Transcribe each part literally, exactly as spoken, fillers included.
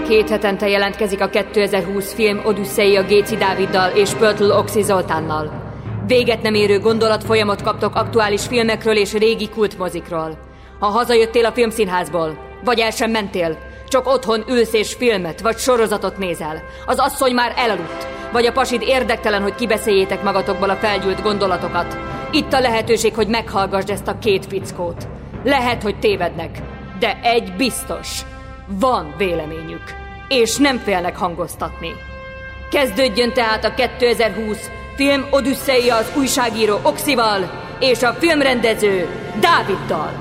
Két hetente jelentkezik a kétezer-húsz film Odüsszei Géci Dáviddal és Pörtl Oxy Zoltánnal. Véget nem érő gondolatfolyamot kaptok aktuális filmekről és régi kultmozikról. Ha hazajöttél a filmszínházból, vagy el sem mentél, csak otthon ülsz és filmet vagy sorozatot nézel, az asszony már elaludt, vagy a pasid érdektelen, hogy kibeszéljétek magatokból a felgyűlt gondolatokat. Itt a lehetőség, hogy meghallgassd ezt a két fickót. Lehet, hogy tévednek, de egy biztos. Van véleményük, és nem félnek hangoztatni. Kezdődjön tehát a kétezer-húsz film Odüsszei az újságíró Oxival és a filmrendező Dáviddal.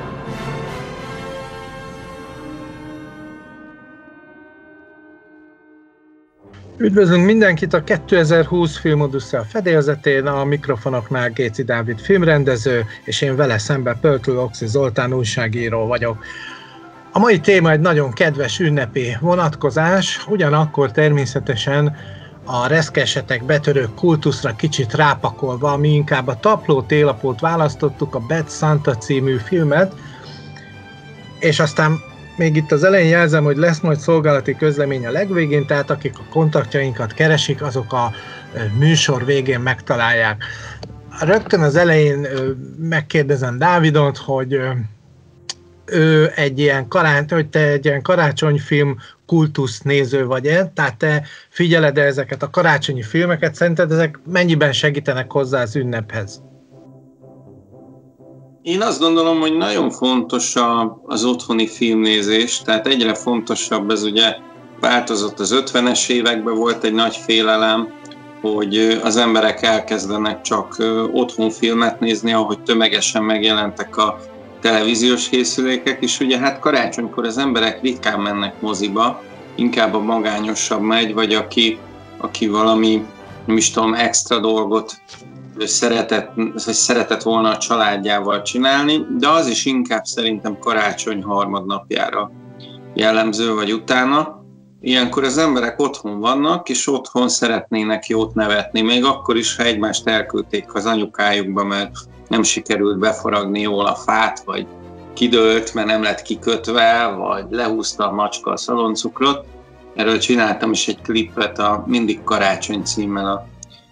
Üdvözlünk mindenkit a kétezer-húsz film Odüsszea fedélzetén, a mikrofonoknál Géci Dávid filmrendező, és én vele szemben Pörtl Oxy Zoltán újságíró vagyok. A mai téma egy nagyon kedves ünnepi vonatkozás, ugyanakkor természetesen a reszkesetek betörő kultuszra kicsit rápakolva, mi inkább a Tapló télapót választottuk, a Bad Santa című filmet, és aztán még itt az elején jelzem, hogy lesz majd szolgálati közlemény a legvégén, tehát akik a kontaktjainkat keresik, azok a műsor végén megtalálják. Rögtön az elején megkérdezem Dávidot, hogy ő egy ilyen, kará- hogy te egy ilyen karácsonyfilm kultusz néző vagy-e, tehát te figyeled -e ezeket a karácsonyi filmeket, szerinted ezek mennyiben segítenek hozzá az ünnephez? Én azt gondolom, hogy nagyon fontos a, az otthoni filmnézés, tehát egyre fontosabb, ez ugye változott az ötvenes években, volt egy nagy félelem, hogy az emberek elkezdenek csak otthon filmet nézni, ahogy tömegesen megjelentek a televíziós készülékek, és ugye hát karácsonykor az emberek ritkán mennek moziba, inkább a magányosabb megy, vagy aki, aki valami, nem is tudom, extra dolgot szeretett, vagy szeretett volna a családjával csinálni, de az is inkább szerintem karácsony harmadnapjára jellemző, vagy utána. Ilyenkor az emberek otthon vannak, és otthon szeretnének jót nevetni, még akkor is, ha egymást elküldték az anyukájukba, mert nem sikerült befaragni jól a fát, vagy kidőlt, mert nem lett kikötve, vagy lehúzta a macska a szaloncukrot. Erről csináltam is egy klippet a Mindig Karácsony címmel a,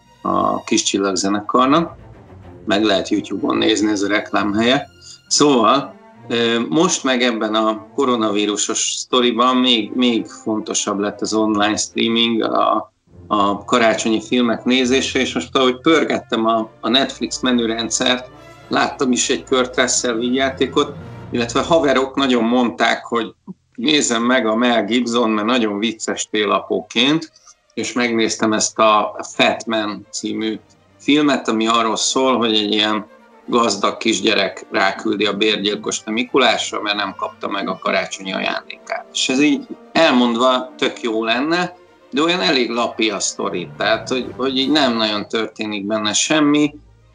a Kis Csillag zenekarnak. Meg lehet YouTube-on nézni, ez a reklámhelye. Szóval most meg ebben a koronavírusos sztoriban még, még fontosabb lett az online streaming, a, a karácsonyi filmek nézése, és most ahogy pörgettem a, a Netflix menürendszert, láttam is egy Kurt Russell vígjátékot, illetve haverok nagyon mondták, hogy nézzem meg a Mel Gibson, mert nagyon vicces télapóként, és megnéztem ezt a Fat Man című filmet, ami arról szól, hogy egy ilyen gazdag kisgyerek ráküldi a bérgyilkost a Mikulásra, mert nem kapta meg a karácsonyi ajándékát. És ez így elmondva tök jó lenne, de olyan elég lapi a sztori, tehát hogy, hogy így nem nagyon történik benne semmi,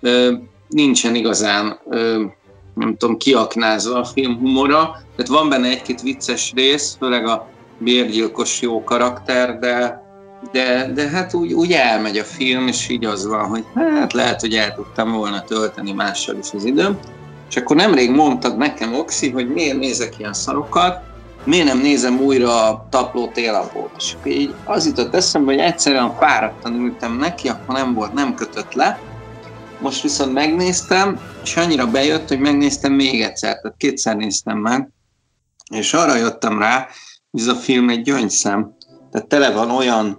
nincsen igazán, nem tudom, kiaknázva a film humora, tehát van benne egy-két vicces rész, főleg a bérgyilkos jó karakter, de, de, de hát úgy, úgy elmegy a film, és így az van, hogy hát lehet, hogy el tudtam volna tölteni mással is az időm. És akkor nemrég mondtad nekem, Oxy, hogy miért nézek ilyen szarokat, miért nem nézem újra a Tapló télapót. És így az jutott eszembe, hogy egyszerűen fáradtan ültem neki, akkor nem volt, nem kötött le. Most viszont megnéztem, és annyira bejött, hogy megnéztem még egyszer, tehát kétszer néztem meg, és arra jöttem rá, hogy ez a film egy gyöngyszem. Tehát tele van olyan,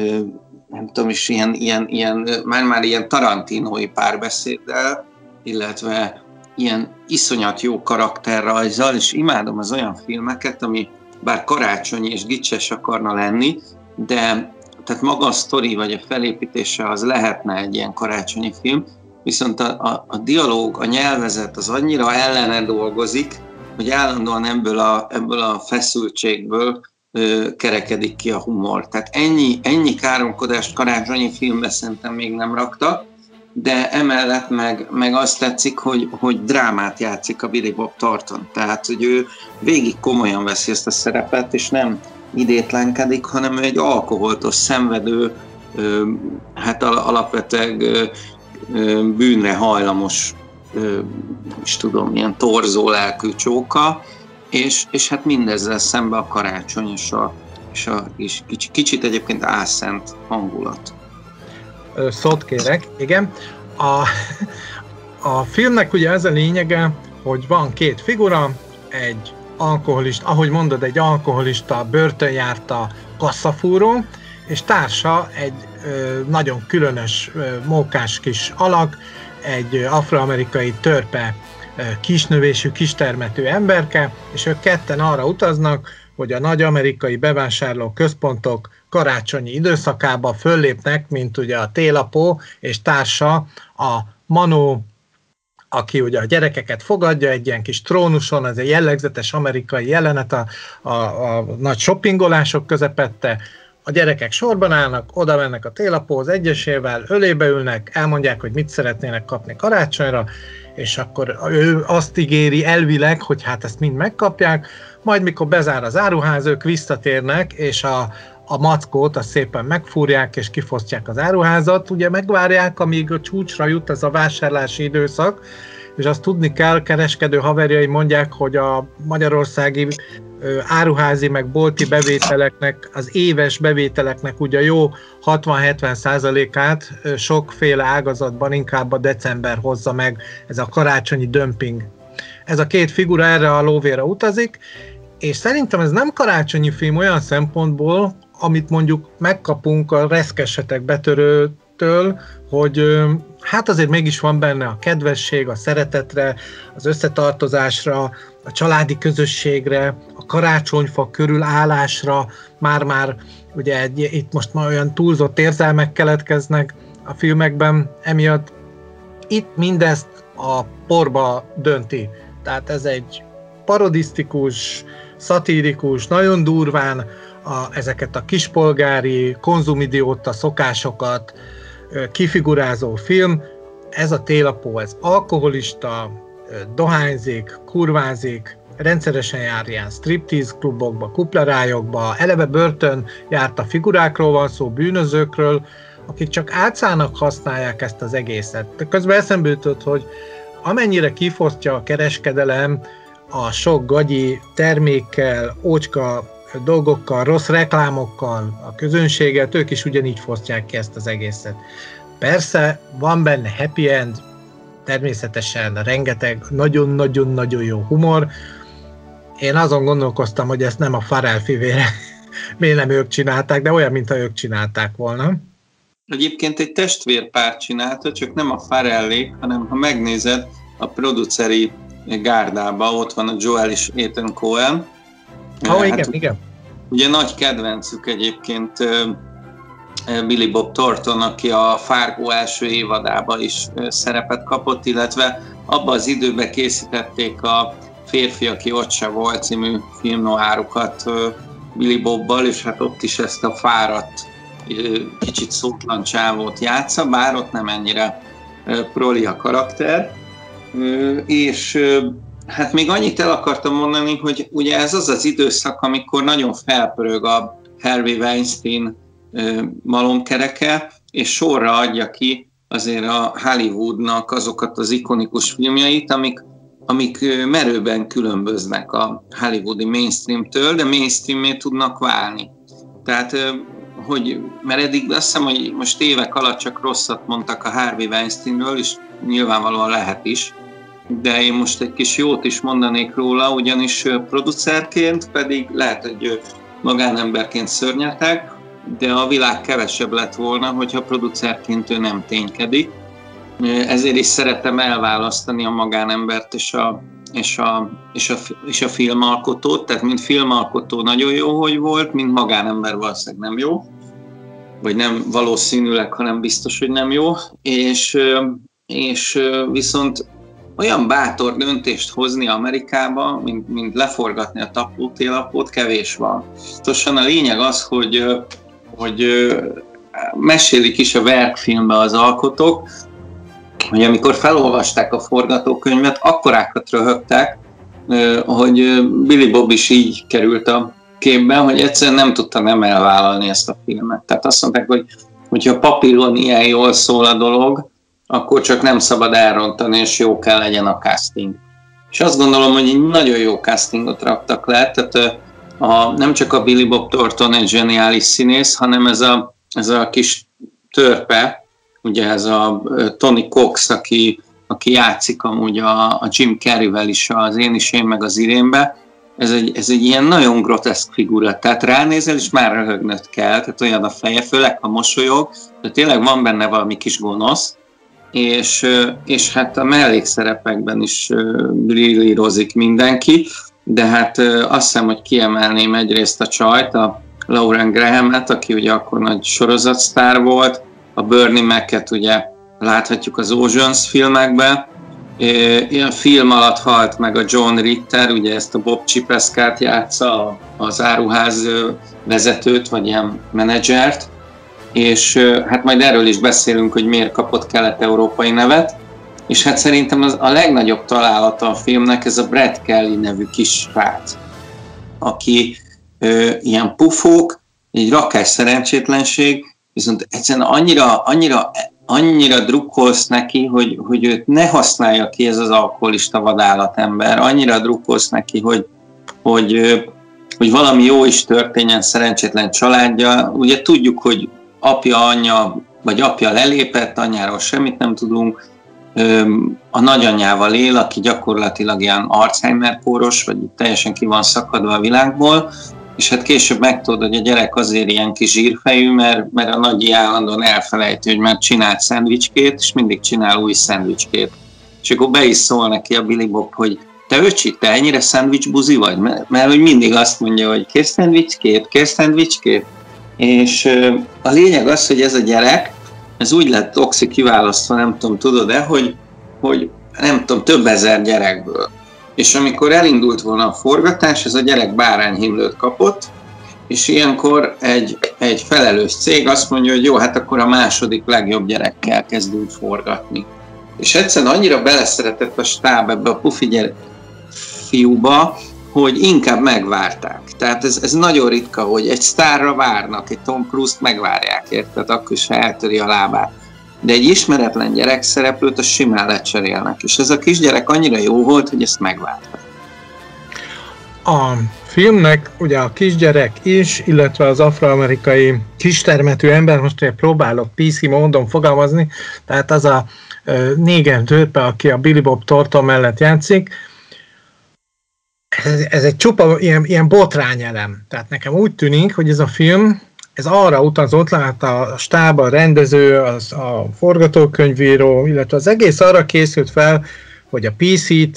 nem tudom is, ilyen, ilyen, ilyen már-már ilyen tarantinói párbeszéddel, illetve ilyen iszonyat jó karakterrajzzal, és imádom az olyan filmeket, ami bár karácsonyi és gicses akarna lenni, de tehát maga a sztori vagy a felépítése az lehetne egy ilyen karácsonyi film, viszont a, a, a dialóg, a nyelvezet az annyira ellene dolgozik, hogy állandóan ebből a, ebből a feszültségből ö, kerekedik ki a humor. Tehát ennyi, ennyi káromkodást karácsonyi filmbe szerintem még nem raktak, de emellett meg, meg azt tetszik, hogy, hogy drámát játszik a Billy Bob Thornton. Tehát, hogy ő végig komolyan veszi ezt a szerepet, és nem idétlenkedik, hanem ő egy alkoholtos, szenvedő, ö, hát alapvetően ö, ö, bűnre hajlamos, ö, is tudom, ilyen torzó lelkű csóka, és, és hát mindezzel szemben a karácsony és a, és a kis, kicsit, kicsit egyébként álszent hangulat. Szót kérek, igen. A, a filmnek ugye ez a lényege, hogy van két figura, egy alkoholista, ahogy mondod, egy alkoholista, börtönjárta kasszafúró, és társa egy ö, nagyon különös, ö, mókás kis alak, egy afroamerikai törpe, ö, kisnövésű, kistermetű emberke, és ők ketten arra utaznak, hogy a nagy amerikai bevásárló központok karácsonyi időszakába föllépnek, mint ugye a Télapó és társa, a Manó, aki ugye a gyerekeket fogadja egy ilyen kis trónuson, ez egy jellegzetes amerikai jelenet a, a, a nagy shoppingolások közepette. A gyerekek sorban állnak, oda mennek a Télapóhoz egyesével, ölébe ülnek, elmondják, hogy mit szeretnének kapni karácsonyra, és akkor ő azt ígéri elvileg, hogy hát ezt mind megkapják, majd mikor bezár az áruház, ők visszatérnek, és a, a mackót azt szépen megfúrják, és kifosztják az áruházat, ugye megvárják, amíg a csúcsra jut ez a vásárlási időszak, és azt tudni kell, kereskedő haverjai mondják, hogy a magyarországi áruházi meg bolti bevételeknek, az éves bevételeknek ugye jó hatvan-hetven százalékát sokféle ágazatban inkább a december hozza meg, ez a karácsonyi dömping. Ez a két figura erre a lóvére utazik, és szerintem ez nem karácsonyi film olyan szempontból, amit mondjuk megkapunk a Reszkesetek betörőtől, hogy hát azért mégis van benne a kedvesség, a szeretetre, az összetartozásra, a családi közösségre, a karácsonyfa körül állásra, már-már ugye egy, itt most már olyan túlzott érzelmek keletkeznek a filmekben, emiatt itt mindezt a porba dönti. Tehát ez egy parodisztikus, szatirikus, nagyon durván a, ezeket a kispolgári, konzumidióta szokásokat kifigurázó film. Ez a Télapó, ez alkoholista, dohányzik, kurvázik, rendszeresen jár ilyen striptease klubokba, kuplarájokba, eleve börtön járt a figurákról van szó, bűnözőkről, akik csak álcának használják ezt az egészet. De közben eszembe jutott, hogy amennyire kifosztja a kereskedelem a sok gagyi termékkel, ócska dolgokkal, rossz reklámokkal a közönséget, ők is ugyanígy fosztják ki ezt az egészet. Persze van benne happy end, természetesen rengeteg nagyon-nagyon-nagyon jó humor. Én azon gondolkoztam, hogy ezt nem a Farrell fivére, miért nem ők csinálták, de olyan, mintha ők csinálták volna. Egyébként egy testvérpár csinálta, csak nem a Farrellék, hanem ha megnézed a produceri gárdába, ott van a Joel és Ethan Coen. Ó, oh, igen, hát, igen. Ugye nagy kedvencük egyébként Billy Bob Thornton, aki a Fargo első évadában is szerepet kapott, illetve abban az időben készítették a Férfi, aki ott se volt című filmnoárukat Billy Bobbal, és hát ott is ezt a fáradt, kicsit szótlan csávót játsza, bár ott nem ennyire proli a karakter. És hát még annyit el akartam mondani, hogy ugye ez az az időszak, amikor nagyon felpörög a Harvey Weinstein malomkereke, és sorra adja ki azért a Hollywoodnak azokat az ikonikus filmjeit, amik, amik merőben különböznek a hollywoodi mainstreamtől, de mainstreamé tudnak válni. Tehát, hogy, mert eddig azt hiszem, hogy most évek alatt csak rosszat mondtak a Harvey Weinsteinről, és nyilvánvalóan lehet is, de én most egy kis jót is mondanék róla, ugyanis producerként pedig lehet, hogy magánemberként szörnyeteg, de a világ kevesebb lett volna, hogyha producerként ő nem ténykedik. Ezért is szeretem elválasztani a magánembert és a, és a, és a, és a filmalkotót, tehát mint filmalkotó nagyon jó, hogy volt, mint magánember valószínűleg nem jó, vagy nem valószínűleg, hanem biztos, hogy nem jó, és, és viszont olyan bátor döntést hozni Amerikába, mint, mint leforgatni a Tapló Télapót, kevés van. Tosan a lényeg az, hogy, hogy mesélik is a verkfilmbe az alkotók, hogy amikor felolvasták a forgatókönyvet, akkorákat röhögtek, hogy Billy Bob is így került a képben, hogy egyszerűen nem tudta nem elvállalni ezt a filmet. Tehát azt mondták, hogy hogyha papíron ilyen jól szól a dolog, akkor csak nem szabad elrontani, és jó kell legyen a casting. És azt gondolom, hogy egy nagyon jó castingot raktak le, tehát a, nem csak a Billy Bob Thornton egy zseniális színész, hanem ez a, ez a kis törpe, ugye ez a Tony Cox, aki, aki játszik amúgy a, a Jim Carreyvel is az Én is én meg az Irénbe. Ez egy, ez egy ilyen nagyon groteszk figura, tehát ránézel és már röhögnöd kell, tehát olyan a feje, főleg ha mosolyog, de tényleg van benne valami kis gonosz, és, és hát a mellékszerepekben is brillírozik mindenki, de hát azt hiszem, hogy kiemelném egyrészt a csajt, a Lauren Graham-et, aki ugye akkor nagy sorozatsztár volt, a Bernie Mac-et ugye láthatjuk az Oceans filmekben, ilyen film alatt halt meg a John Ritter, ugye ezt a Bob Chipeskát játsza, az áruház vezetőt, vagy ilyen menedzsert, és hát majd erről is beszélünk, hogy miért kapott kelet-európai nevet, és hát szerintem az a legnagyobb találata a filmnek ez a Brad Kelly nevű kis srác, aki ö, ilyen pufók, egy rakás szerencsétlenség, viszont egyszerűen annyira, annyira, annyira drukkolsz neki, hogy, hogy őt ne használja ki ez az alkoholista vadállatember, annyira drukkolsz neki, hogy, hogy, hogy valami jó is történjen szerencsétlen családja. Ugye tudjuk, hogy apja, anyja, vagy apja lelépett, anyáról semmit nem tudunk, a nagyanyjával él, aki gyakorlatilag ilyen Alzheimer-kóros, vagy teljesen ki van szakadva a világból, és hát később megtudod, hogy a gyerek azért ilyen kis zsírfejű, mert, mert a nagyi állandóan elfelejti, hogy már csinált szendvicskét, és mindig csinál új szendvicskét. És akkor be is szól neki a Billy Bob, hogy te öcsi, te ennyire szendvicsbuzi vagy? Mert, mert hogy mindig azt mondja, hogy kész szendvicskét, kész szendvicskét. És a lényeg az, hogy ez a gyerek, ez úgy lett Oxy kiválasztva, nem tudom, tudod-e, hogy, hogy nem tudom, több ezer gyerekből. És amikor elindult volna a forgatás, ez a gyerek bárányhimlőt kapott, és ilyenkor egy, egy felelős cég azt mondja, hogy jó, hát akkor a második legjobb gyerekkel kezdünk forgatni. És egyszerűen annyira beleszeretett a stáb ebbe a pufi gyerek fiúba, hogy inkább megvárták. Tehát ez, ez nagyon ritka, hogy egy sztárra várnak, egy Tom Cruise-t megvárják, érted? Akkor is eltöri a lábát. De egy ismeretlen gyerek szereplőt a simán lecserélnek. És ez a kisgyerek annyira jó volt, hogy ezt megvárták. A filmnek ugye a kisgyerek is, illetve az afroamerikai kistermetű ember, most ugye próbálok pé cé módon fogalmazni, tehát az a uh, néger törpe, aki a Billy Bob Thornton mellett játszik, ez, ez egy csupa ilyen, ilyen botrányelem. Tehát nekem úgy tűnik, hogy ez a film, ez arra utazott, lát a stáb, a rendező, az, a forgatókönyvíró, illetve az egész arra készült fel, hogy a pé cét,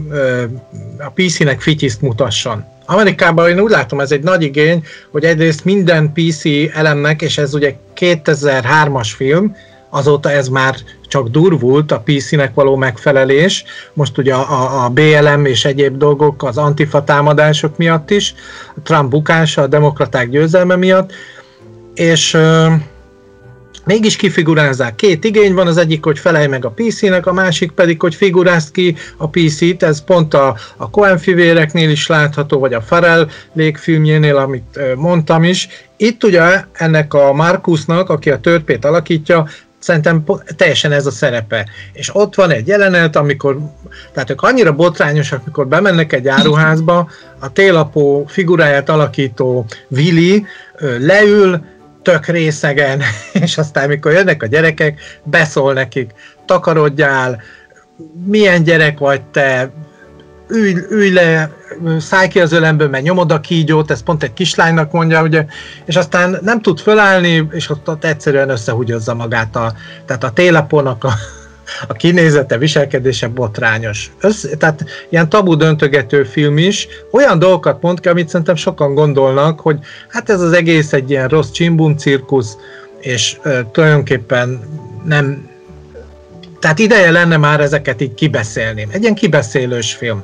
a pé cének fityiszt mutasson. Amerikában én úgy látom, ez egy nagy igény, hogy egyrészt minden pé cé elemnek, és ez ugye kétezer-hármas film, azóta ez már csak durvult a pé cének való megfelelés, most ugye a, a bé el em és egyéb dolgok az antifa támadások miatt is, a Trump bukása, a demokraták győzelme miatt, és euh, mégis kifigurázzák. Két igény van, az egyik, hogy felelj meg a pé cének, a másik pedig, hogy figurázd ki a pé cét, ez pont a, a Coen fivéreknél is látható, vagy a Farrell filmjénél, amit euh, mondtam is. Itt ugye ennek a Marcusnak, aki a törpét alakítja, szerintem teljesen ez a szerepe. És ott van egy jelenet, amikor, tehát ők annyira botrányosak, amikor bemennek egy áruházba, a télapó figuráját alakító Willy leül, tök részegen, és aztán mikor jönnek a gyerekek, beszól nekik, takarodjál, milyen gyerek vagy te, ülj, ülj le, szállj ki az ölemből, mert nyomod a kígyót, ez pont egy kislánynak mondja, ugye, és aztán nem tud fölállni, és ott, ott egyszerűen összehúgyozza magát, a, tehát a télapónak a, a kinézete, viselkedése botrányos. Össze, tehát ilyen tabu döntögető film is, olyan dolgokat mond ki, amit szerintem sokan gondolnak, hogy hát ez az egész egy ilyen rossz csimbum cirkusz, és uh, tulajdonképpen nem, tehát ideje lenne már ezeket így kibeszélni. Egy ilyen kibeszélős film.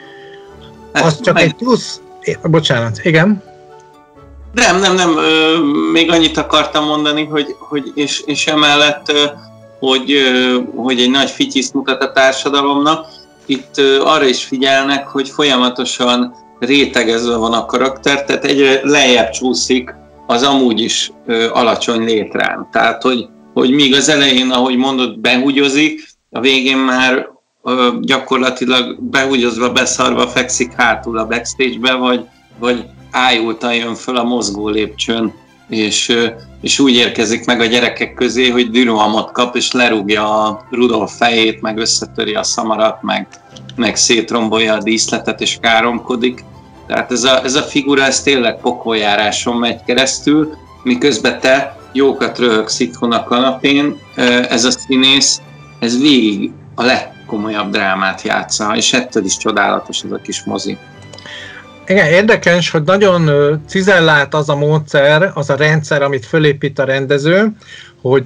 Az csak meg... egy plusz... Bocsánat, igen? Nem, nem, nem. Még annyit akartam mondani, hogy, hogy és, és emellett, hogy, hogy egy nagy fityiszt mutat a társadalomnak. Itt arra is figyelnek, hogy folyamatosan rétegezve van a karakter, tehát egyre lejjebb csúszik az amúgy is alacsony létrán. Tehát, hogy, hogy míg az elején, ahogy mondod, behugyozik, a végén már gyakorlatilag behúgyozva, beszarva fekszik hátul a backstage-be, vagy, vagy ájultan jön föl a mozgó lépcsőn, és, és úgy érkezik meg a gyerekek közé, hogy dűrohamot kap, és lerúgja a Rudolf fejét, meg összetöri a szamarat, meg, meg szétrombolja a díszletet, és káromkodik. Tehát ez a, ez a figura, ez tényleg pokoljáráson megy keresztül, miközben te jókat röhögsz itthon a kanapén, ez a színész, ez végig a legkomolyabb drámát játsza, és ettől is csodálatos ez a kis mozi. Igen, érdekes, hogy nagyon cizellált az a módszer, az a rendszer, amit fölépít a rendező, hogy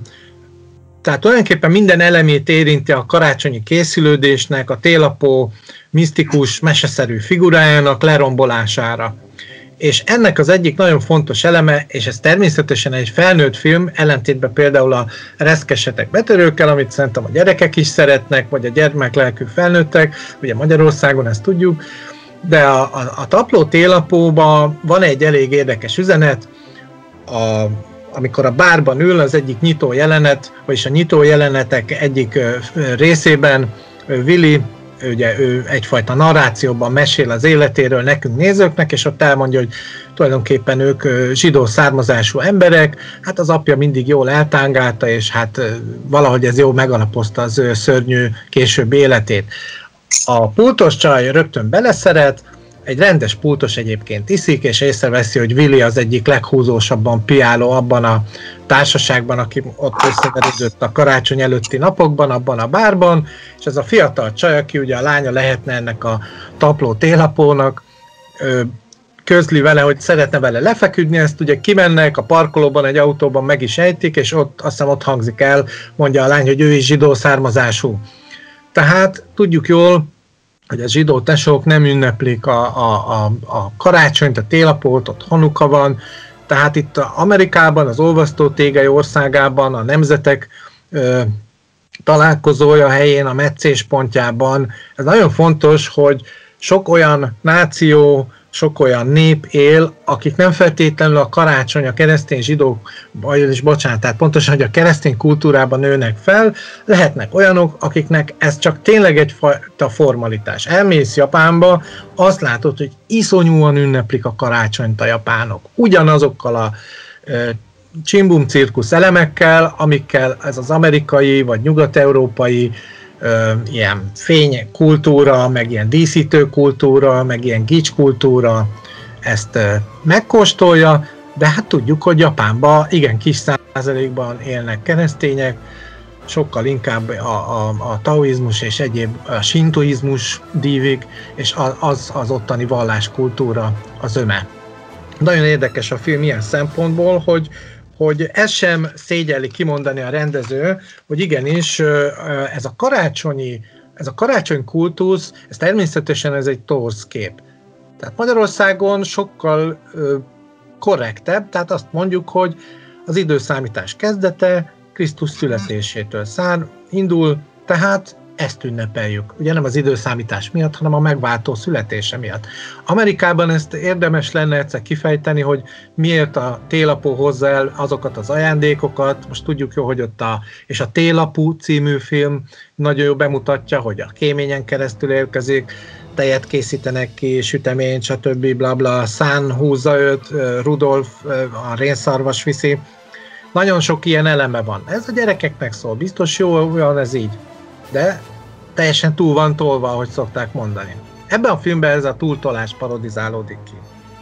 tehát tulajdonképpen minden elemét érinti a karácsonyi készülődésnek, a télapó misztikus, meseszerű figurájának lerombolására. És ennek az egyik nagyon fontos eleme, és ez természetesen egy felnőtt film, ellentétben például a Reszkesetek betörőkkel, amit szerintem a gyerekek is szeretnek, vagy a gyermeklelkű felnőttek, ugye Magyarországon ezt tudjuk, de a, a, a Tapló télapóban van egy elég érdekes üzenet, a, amikor a bárban ül, az egyik nyitó jelenet, vagyis a nyitó jelenetek egyik részében Willy, ugye ő egyfajta narrációban mesél az életéről nekünk nézőknek, és ott elmondja, hogy tulajdonképpen ők zsidó származású emberek, hát az apja mindig jól eltángálta, és hát valahogy ez jól megalapozta az ő szörnyű későbbi életét. A pultos csaj rögtön beleszeret, egy rendes pultos egyébként iszik, és észreveszi, hogy Willy az egyik leghúzósabban piáló abban a társaságban, aki ott összeverődött a karácsony előtti napokban, abban a bárban, és ez a fiatal csaj, aki ugye a lánya lehetne ennek a Tapló télapónak, közli vele, hogy szeretne vele lefeküdni, ezt ugye kimennek, a parkolóban egy autóban meg is ejtik, és ott, azt hiszem ott hangzik el, mondja a lány, hogy ő is zsidó származású. Tehát tudjuk jól, hogy a zsidó tesók nem ünneplik a, a, a, a karácsonyt, a télapót, ott Hanuka van, tehát itt Amerikában, az olvasztótégely országában, a nemzetek ö, találkozója helyén, a meccéspontjában, ez nagyon fontos, hogy sok olyan náció, sok olyan nép él, akik nem feltétlenül a karácsony, a keresztény zsidók, vagyis bocsánat, tehát pontosan, hogy a keresztény kultúrában nőnek fel, lehetnek olyanok, akiknek ez csak tényleg egyfajta formalitás. Elmész Japánba, azt látod, hogy iszonyúan ünneplik a karácsonyt a japánok. Ugyanazokkal a e, csimbum cirkusz elemekkel, amikkel ez az amerikai vagy nyugat-európai Ö, ilyen fénykultúra, meg ilyen díszítő kultúra, meg ilyen gics kultúra ezt ö, megkóstolja, de hát tudjuk, hogy Japánban igen kis százalékban élnek keresztények, sokkal inkább a, a, a taoizmus és egyéb a sintoizmus dívik, és az az ottani valláskultúra az öme. Nagyon érdekes a film ilyen szempontból, hogy hogy ez sem szégyelli kimondani a rendező, hogy igenis ez a karácsonyi, ez a karácsony kultusz, ez természetesen ez egy torz kép. Tehát Magyarországon sokkal korrektebb, tehát azt mondjuk, hogy az időszámítás kezdete Krisztus születésétől szár, indul, tehát ezt ünnepeljük. Ugye nem az időszámítás miatt, hanem a megváltó születése miatt. Amerikában ezt érdemes lenne egyszer kifejteni, hogy miért a télapó hozza el azokat az ajándékokat. Most tudjuk jó, hogy ott a, és a Télapú című film nagyon jó bemutatja, hogy a kéményen keresztül érkezik, tejet készítenek ki, süteményt, stb. Blabla, Szán húzza őt, Rudolf a rénszarvas viszi. Nagyon sok ilyen eleme van. Ez a gyerekeknek szól, biztos jó, olyan ez így. De teljesen túl van tolva, ahogy szokták mondani. Ebben a filmben ez a túltolás parodizálódik ki.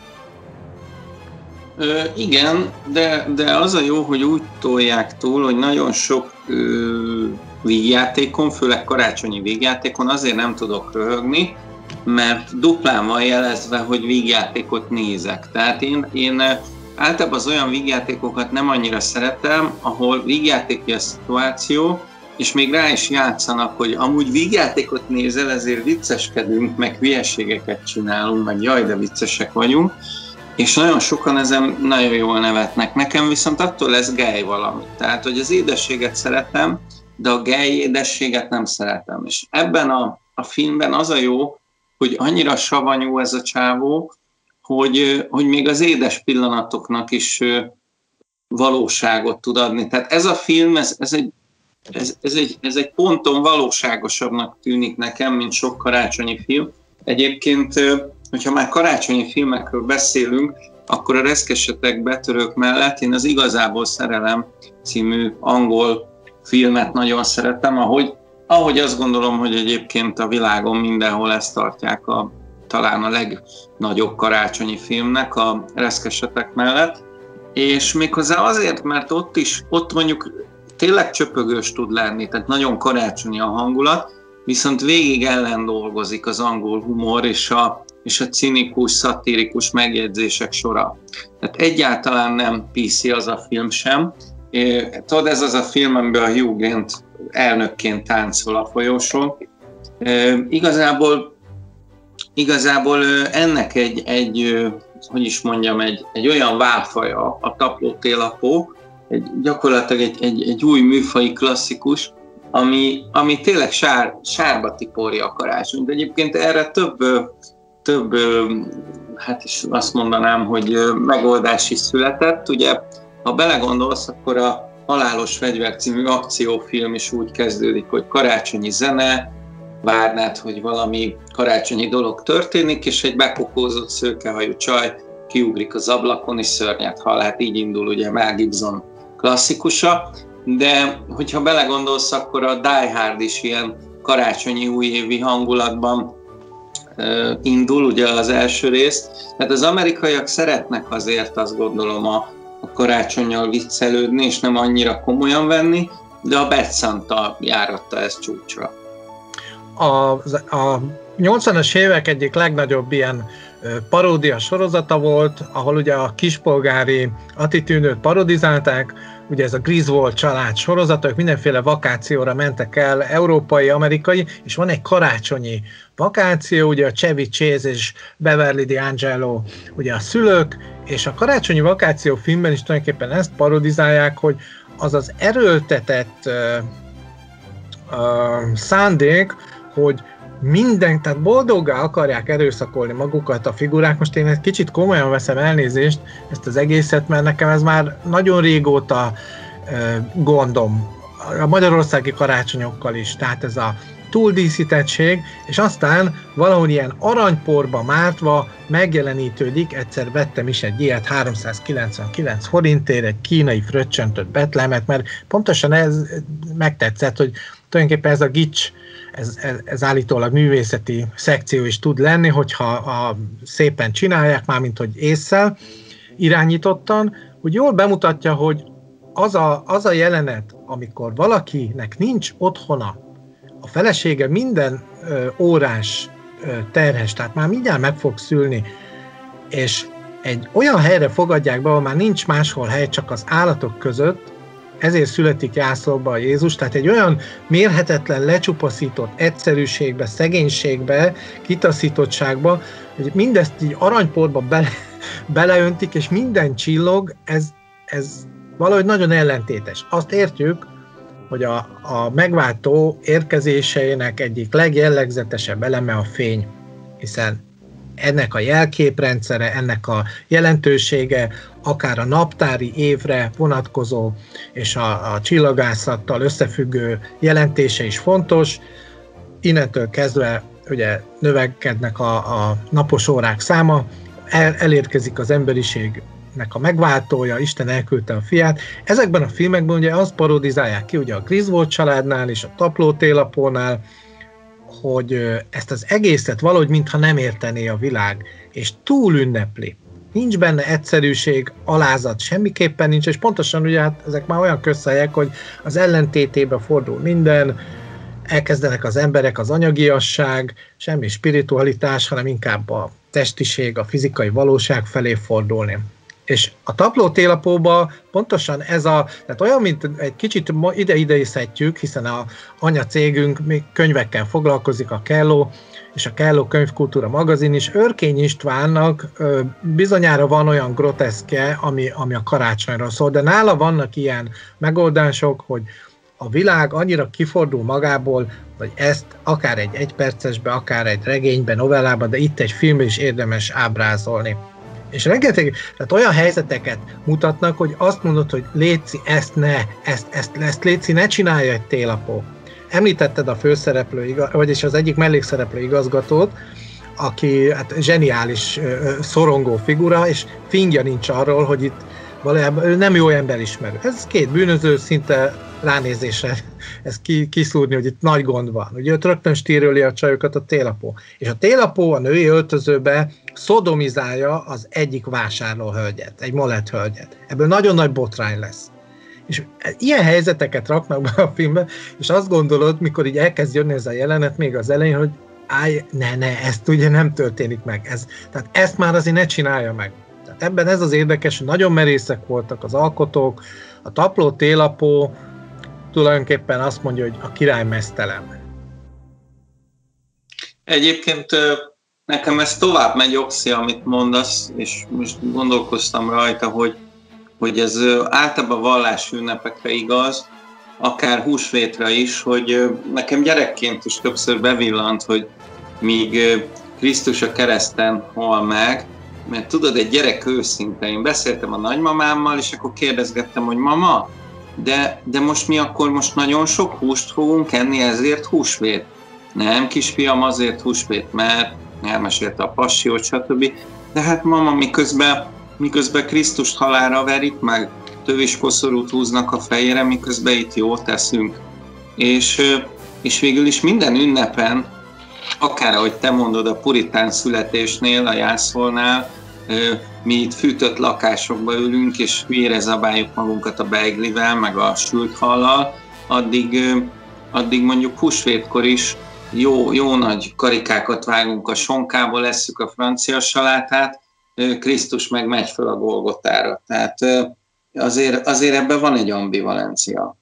Ö, igen, de, de az a jó, hogy úgy tolják túl, hogy nagyon sok ö, vígjátékon, főleg karácsonyi vígjátékon azért nem tudok röhögni, mert duplán van jelezve, hogy vígjátékot nézek. Tehát én, én általában az olyan vígjátékokat nem annyira szeretem, ahol vígjátéki a szituáció, és még rá is játszanak, hogy amúgy vígjátékot nézel, ezért vicceskedünk, meg hülyeségeket csinálunk, meg jaj, de viccesek vagyunk, és nagyon sokan ezen nagyon jól nevetnek. Nekem viszont attól lesz gej valami. Tehát, hogy az édességet szeretem, de a gej édességet nem szeretem. És ebben a, a filmben az a jó, hogy annyira savanyú ez a csávó, hogy, hogy még az édes pillanatoknak is valóságot tud adni. Tehát ez a film, ez, ez egy Ez, ez, egy, ez egy ponton valóságosabbnak tűnik nekem, mint sok karácsonyi film. Egyébként hogyha már karácsonyi filmekről beszélünk, akkor a Reszkesetek betörők mellett én az Igazából szerelem című angol filmet nagyon szeretem, ahogy, ahogy azt gondolom, hogy egyébként a világon mindenhol ezt tartják a, talán a legnagyobb karácsonyi filmnek a Reszkesetek mellett, és méghozzá azért, mert ott is, ott mondjuk tényleg csöpögős tud lenni, tehát nagyon karácsonyi a hangulat, viszont végig ellen dolgozik az angol humor és a, és a cinikus, szatirikus megjegyzések sora. Tehát egyáltalán nem pé cé az a film sem. É, tudod, ez az a film, amiben a Hugh Grant elnökként táncol a folyosón. É, igazából, igazából ennek egy, egy, hogy is mondjam, egy, egy olyan válfaja a Tapló télapó, egy, gyakorlatilag egy, egy, egy új műfaji klasszikus, ami, ami tényleg sár, sárba tiporja a karácsonyt. De egyébként erre több, több, hát is azt mondanám, hogy megoldás is született. Ugye, ha belegondolsz, akkor a Halálos fegyver című akciófilm is úgy kezdődik, hogy karácsonyi zene, várnád, hogy valami karácsonyi dolog történik, és egy bekokózott szőkehajú csaj kiugrik az ablakon, és szörnyet hal. Hát így indul ugye Mel Gibson klasszikusa. De hogyha belegondolsz, akkor a Die Hard is ilyen karácsonyi újévi hangulatban uh, indul, ugye az első részt. Tehát az amerikaiak szeretnek azért, azt gondolom, a, a karácsonnyal viccelődni, és nem annyira komolyan venni, de a Bad Santa járatta ezt csúcsra. A, a nyolcvanas évek egyik legnagyobb ilyen paródia sorozata volt, ahol ugye a kispolgári attitűdöt parodizálták, ugye ez a Griswold család sorozata, ők mindenféle vakációra mentek el, európai, amerikai, és van egy karácsonyi vakáció, ugye a Chevy Chase és Beverly D'Angelo, ugye a szülők, és a karácsonyi vakáció filmben is tulajdonképpen ezt parodizálják, hogy az az erőltetett uh, uh, szándék, hogy minden, tehát boldoggá akarják erőszakolni magukat a figurák. Most én egy kicsit komolyan veszem, elnézést ezt az egészet, mert nekem ez már nagyon régóta e, gondom. A magyarországi karácsonyokkal is, tehát ez a túldíszítettség, és aztán valahogy ilyen aranyporba mártva megjelenítődik, egyszer vettem is egy ilyet háromszázkilencvenkilenc forintért, egy kínai fröccsöntött betlemet, mert pontosan ez megtetszett, hogy tulajdonképpen ez a gics, Ez, ez, ez állítólag művészeti szekció is tud lenni, hogyha a, szépen csinálják, mármint hogy ésszel irányítottan, hogy jól bemutatja, hogy az a, az a jelenet, amikor valakinek nincs otthona, a felesége minden ö, órás ö, terhes, tehát már mindjárt meg fog szülni, és egy olyan helyre fogadják be, ahol már nincs máshol hely, csak az állatok között, ezért születik Jászolba a Jézus, tehát egy olyan mérhetetlen, lecsupaszított egyszerűségbe, szegénységbe, kitaszítottságba, hogy mindezt így aranyporba bele, beleöntik, és minden csillog, ez, ez valahogy nagyon ellentétes. Azt értjük, hogy a, a megváltó érkezéseinek egyik legjellegzetesebb eleme a fény, hiszen ennek a jelképrendszere, ennek a jelentősége, akár a naptári évre vonatkozó és a, a csillagászattal összefüggő jelentése is fontos. Innentől kezdve ugye növekednek a, a napos órák száma, el, elérkezik az emberiségnek a megváltója, Isten elküldte a fiát. Ezekben a filmekben ugye azt parodizálják ki, ugye a Griswold családnál és a Tapló télapónál, hogy ezt az egészet valahogy mintha nem értené a világ, és túl ünnepli. Nincs benne egyszerűség, alázat, semmiképpen nincs, és pontosan ugye hát ezek már olyan közhelyek, hogy az ellentétébe fordul minden, elkezdenek az emberek az anyagiasság, semmi spiritualitás, hanem inkább a testiség, a fizikai valóság felé fordulni. És a Tapló télapóban pontosan ez a, tehát olyan, mint egy kicsit ide-idézhetjük, hiszen a anyacégünk még könyvekkel foglalkozik, a Kelló, és a Kelló Könyvkultúra magazin is. Örkény Istvánnak ö, bizonyára van olyan groteszkje, ami, ami a karácsonyról szól, de nála vannak ilyen megoldások, hogy a világ annyira kifordul magából, hogy ezt akár egy egypercesbe, akár egy regényben, novellában, de itt egy filmben is érdemes ábrázolni. És rengeteg, tehát olyan helyzeteket mutatnak, hogy azt mondod, hogy léci, ezt ne, ezt, ezt, ezt léci, ne csinálja egy télapó. Említetted a főszereplő, vagyis az egyik mellékszereplő igazgatót, aki hát zseniális szorongó figura, és fingja nincs arról, hogy itt valójában ő nem jó emberismerő. Ez két bűnöző szinte ránézésre ez ki, kiszúrni, hogy itt nagy gond van. Ugye őt rögtön stíröli a csajokat a télapó. És a télapó a női öltözőbe szodomizálja az egyik vásárlóhölgyet, egy molett hölgyet. Ebből nagyon nagy botrány lesz. És ilyen helyzeteket raknak be a filmbe, és azt gondolod, mikor így elkezd jönni ez a jelenet még az elején, hogy állj, ne, ne, ezt ugye nem történik meg. Ez, tehát ezt már azért ne csinálja meg. Tehát ebben ez az érdekes, hogy nagyon merészek voltak az alkotók, a tapló télapó tulajdonképpen azt mondja, hogy a király meztelen. Egyébként nekem ez tovább megy, Oxi, amit mondasz, és most gondolkoztam rajta, hogy, hogy ez általában vallási ünnepekre igaz, akár húsvétre is, hogy nekem gyerekként is többször bevillant, hogy míg Krisztus a kereszten hal meg, mert tudod, egy gyerek őszinte, én beszéltem a nagymamámmal, és akkor kérdezgettem, hogy mama, de, de most mi akkor most nagyon sok húst fogunk enni, ezért húsvét? Nem, kisfiam, azért húsvét, mert elmesélte a passiót, stb. De hát mama, miközben, miközben Krisztust halálra verik, meg töviskoszorút húznak a fejére, miközben itt jól teszünk. És, és végül is minden ünnepen, akár ahogy te mondod, a puritán születésnél, a jászolnál, mi itt fűtött lakásokba ülünk, és hülyére zabáljuk magunkat a beiglivel, meg a sült hallal, addig, addig mondjuk húsvétkor is jó, jó nagy karikákat vágunk a sonkából, esszük a francia salátát, Krisztus meg megy föl a Golgotára. Tehát azért, azért ebben van egy ambivalencia.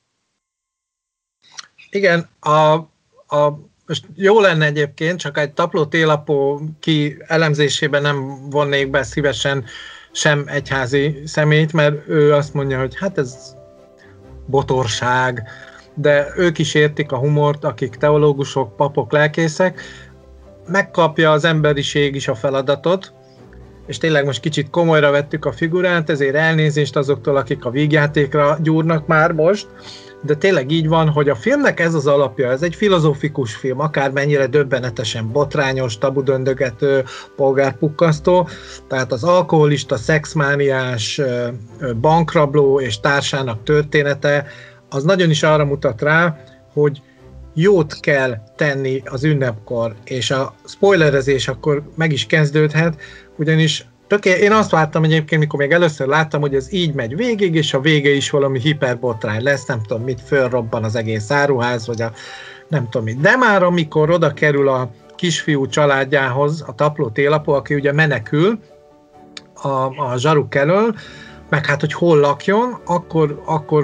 Igen, a, a, most jó lenne egyébként, csak egy tapló télapó ki elemzésében nem vonnék be szívesen sem egyházi személyt, mert ő azt mondja, hogy hát ez botorság, de ők is értik a humort, akik teológusok, papok, lelkészek, megkapja az emberiség is a feladatot, és tényleg most kicsit komolyra vettük a figurát, ezért elnézést azoktól, akik a vígjátékra gyúrnak már most, de tényleg így van, hogy a filmnek ez az alapja, ez egy filozófikus film, akármennyire döbbenetesen botrányos, tabudöndögető, polgárpukkasztó, tehát az alkoholista, szexmániás, bankrabló és társának története, az nagyon is arra mutat rá, hogy jót kell tenni az ünnepkor, és a spoilerezés akkor meg is kezdődhet, ugyanis töké, én azt vártam egyébként, mikor még először láttam, hogy ez így megy végig, és a vége is valami hiperbotrány lesz, nem tudom mit, fölrobban az egész áruház, vagy a nem tudom mit. De már amikor oda kerül a kisfiú családjához, a tapló télapó, aki ugye menekül a, a zsaruk elől, meg hát, hogy hol lakjon, akkor, akkor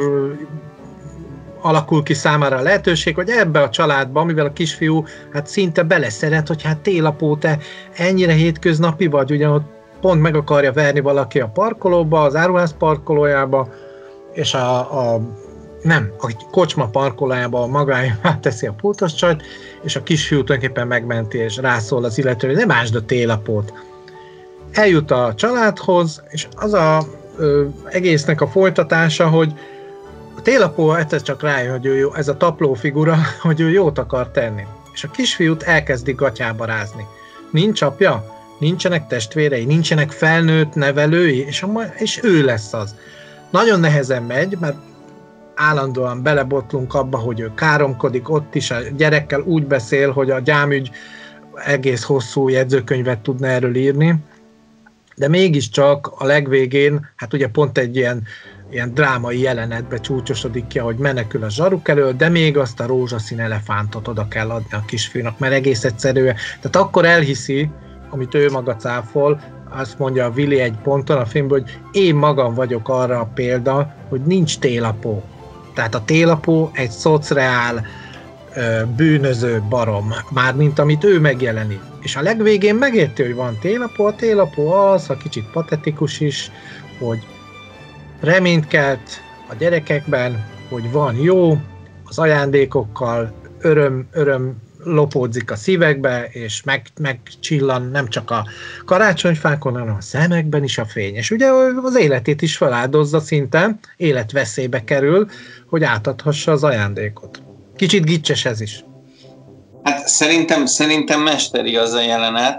alakul ki számára a lehetőség, hogy ebbe a családba, mivel a kisfiú hát szinte beleszeret, hogy hát télapó, te ennyire hétköznapi vagy, ugye ott pont meg akarja verni valaki a parkolóba, az áruház parkolójába, és a, a nem, a kocsma parkolójába magáévá teszi a pultos csajt, és a kisfiú tulajdonképpen megmenti, és rászól az illetőre, hogy nem ásd a télapót. Eljut a családhoz, és az a ö, egésznek a folytatása, hogy a télapó egyszer csak rájön, hogy ő jó, ez a tapló figura, hogy ő jót akar tenni. És a kisfiút elkezdi gatyába rázni. Nincs apja, nincsenek testvérei, nincsenek felnőtt nevelői, és, a, és ő lesz az. Nagyon nehezen megy, mert állandóan belebotlunk abba, hogy ő káromkodik, ott is a gyerekkel úgy beszél, hogy a gyámügy egész hosszú jegyzőkönyvet tudna erről írni, de mégiscsak a legvégén, hát ugye pont egy ilyen, ilyen drámai jelenetbe csúcsosodik ki, hogy menekül a zsaruk elől, de még azt a rózsaszín elefántot oda kell adni a kisfiúnak, mert egész egyszerűen, tehát akkor elhiszi, amit ő maga cáfol, azt mondja a Willy egy ponton a filmben, hogy én magam vagyok arra a példa, hogy nincs télapó. Tehát a télapó egy szocreál, bűnöző barom, mármint amit ő megjelenít. És a legvégén megérti, hogy van télapó, a télapó az, ha kicsit patetikus is, hogy reményt kelt a gyerekekben, hogy van jó, az ajándékokkal öröm, öröm lopódzik a szívekbe, és meg, megcsillan nem csak a karácsonyfákon, hanem a szemekben is a fény. És ugye az életét is feláldozza szinte, életveszélybe kerül, hogy átadhassa az ajándékot. Kicsit gicses ez is. Hát szerintem, szerintem mesteri az a jelenet,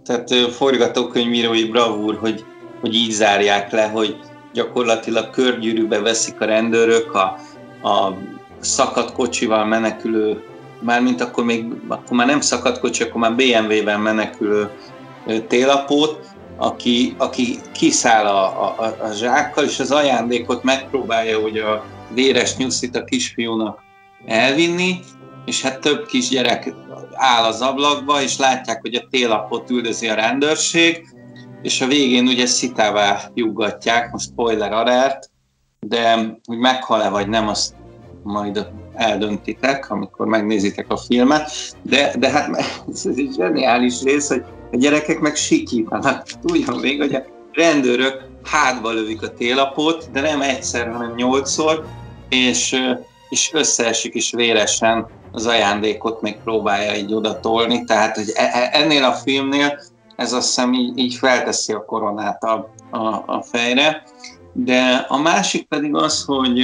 tehát forgatókönyvírói bravúr, hogy, hogy így zárják le, hogy gyakorlatilag körgyűrűbe veszik a rendőrök a, a szakadt kocsival menekülő, mármint akkor még akkor már nem szakadt kocsi, akkor már bé em vé-vel menekülő télapót, aki, aki kiszáll a, a, a zsákkal, és az ajándékot megpróbálja, hogy a véres nyuszit a kisfiúnak elvinni, és hát több kisgyerek áll az ablakba, és látják, hogy a télapot üldözi a rendőrség, és a végén ugye szitává juggatják, most spoiler alert, de hogy meghal-e vagy nem, azt majd eldöntitek, amikor megnézitek a filmet, de, de hát ez egy zseniális rész, hogy a gyerekek meg sikítanak. Tudjon még, hogy a rendőrök hátba lövik a télapot, de nem egyszer, hanem nyolcszor, és, és összeesik is véresen az ajándékot még próbálja így odatolni, tehát hogy ennél a filmnél ez azt hiszem így, így felteszi a koronát a, a, a fejre, de a másik pedig az, hogy,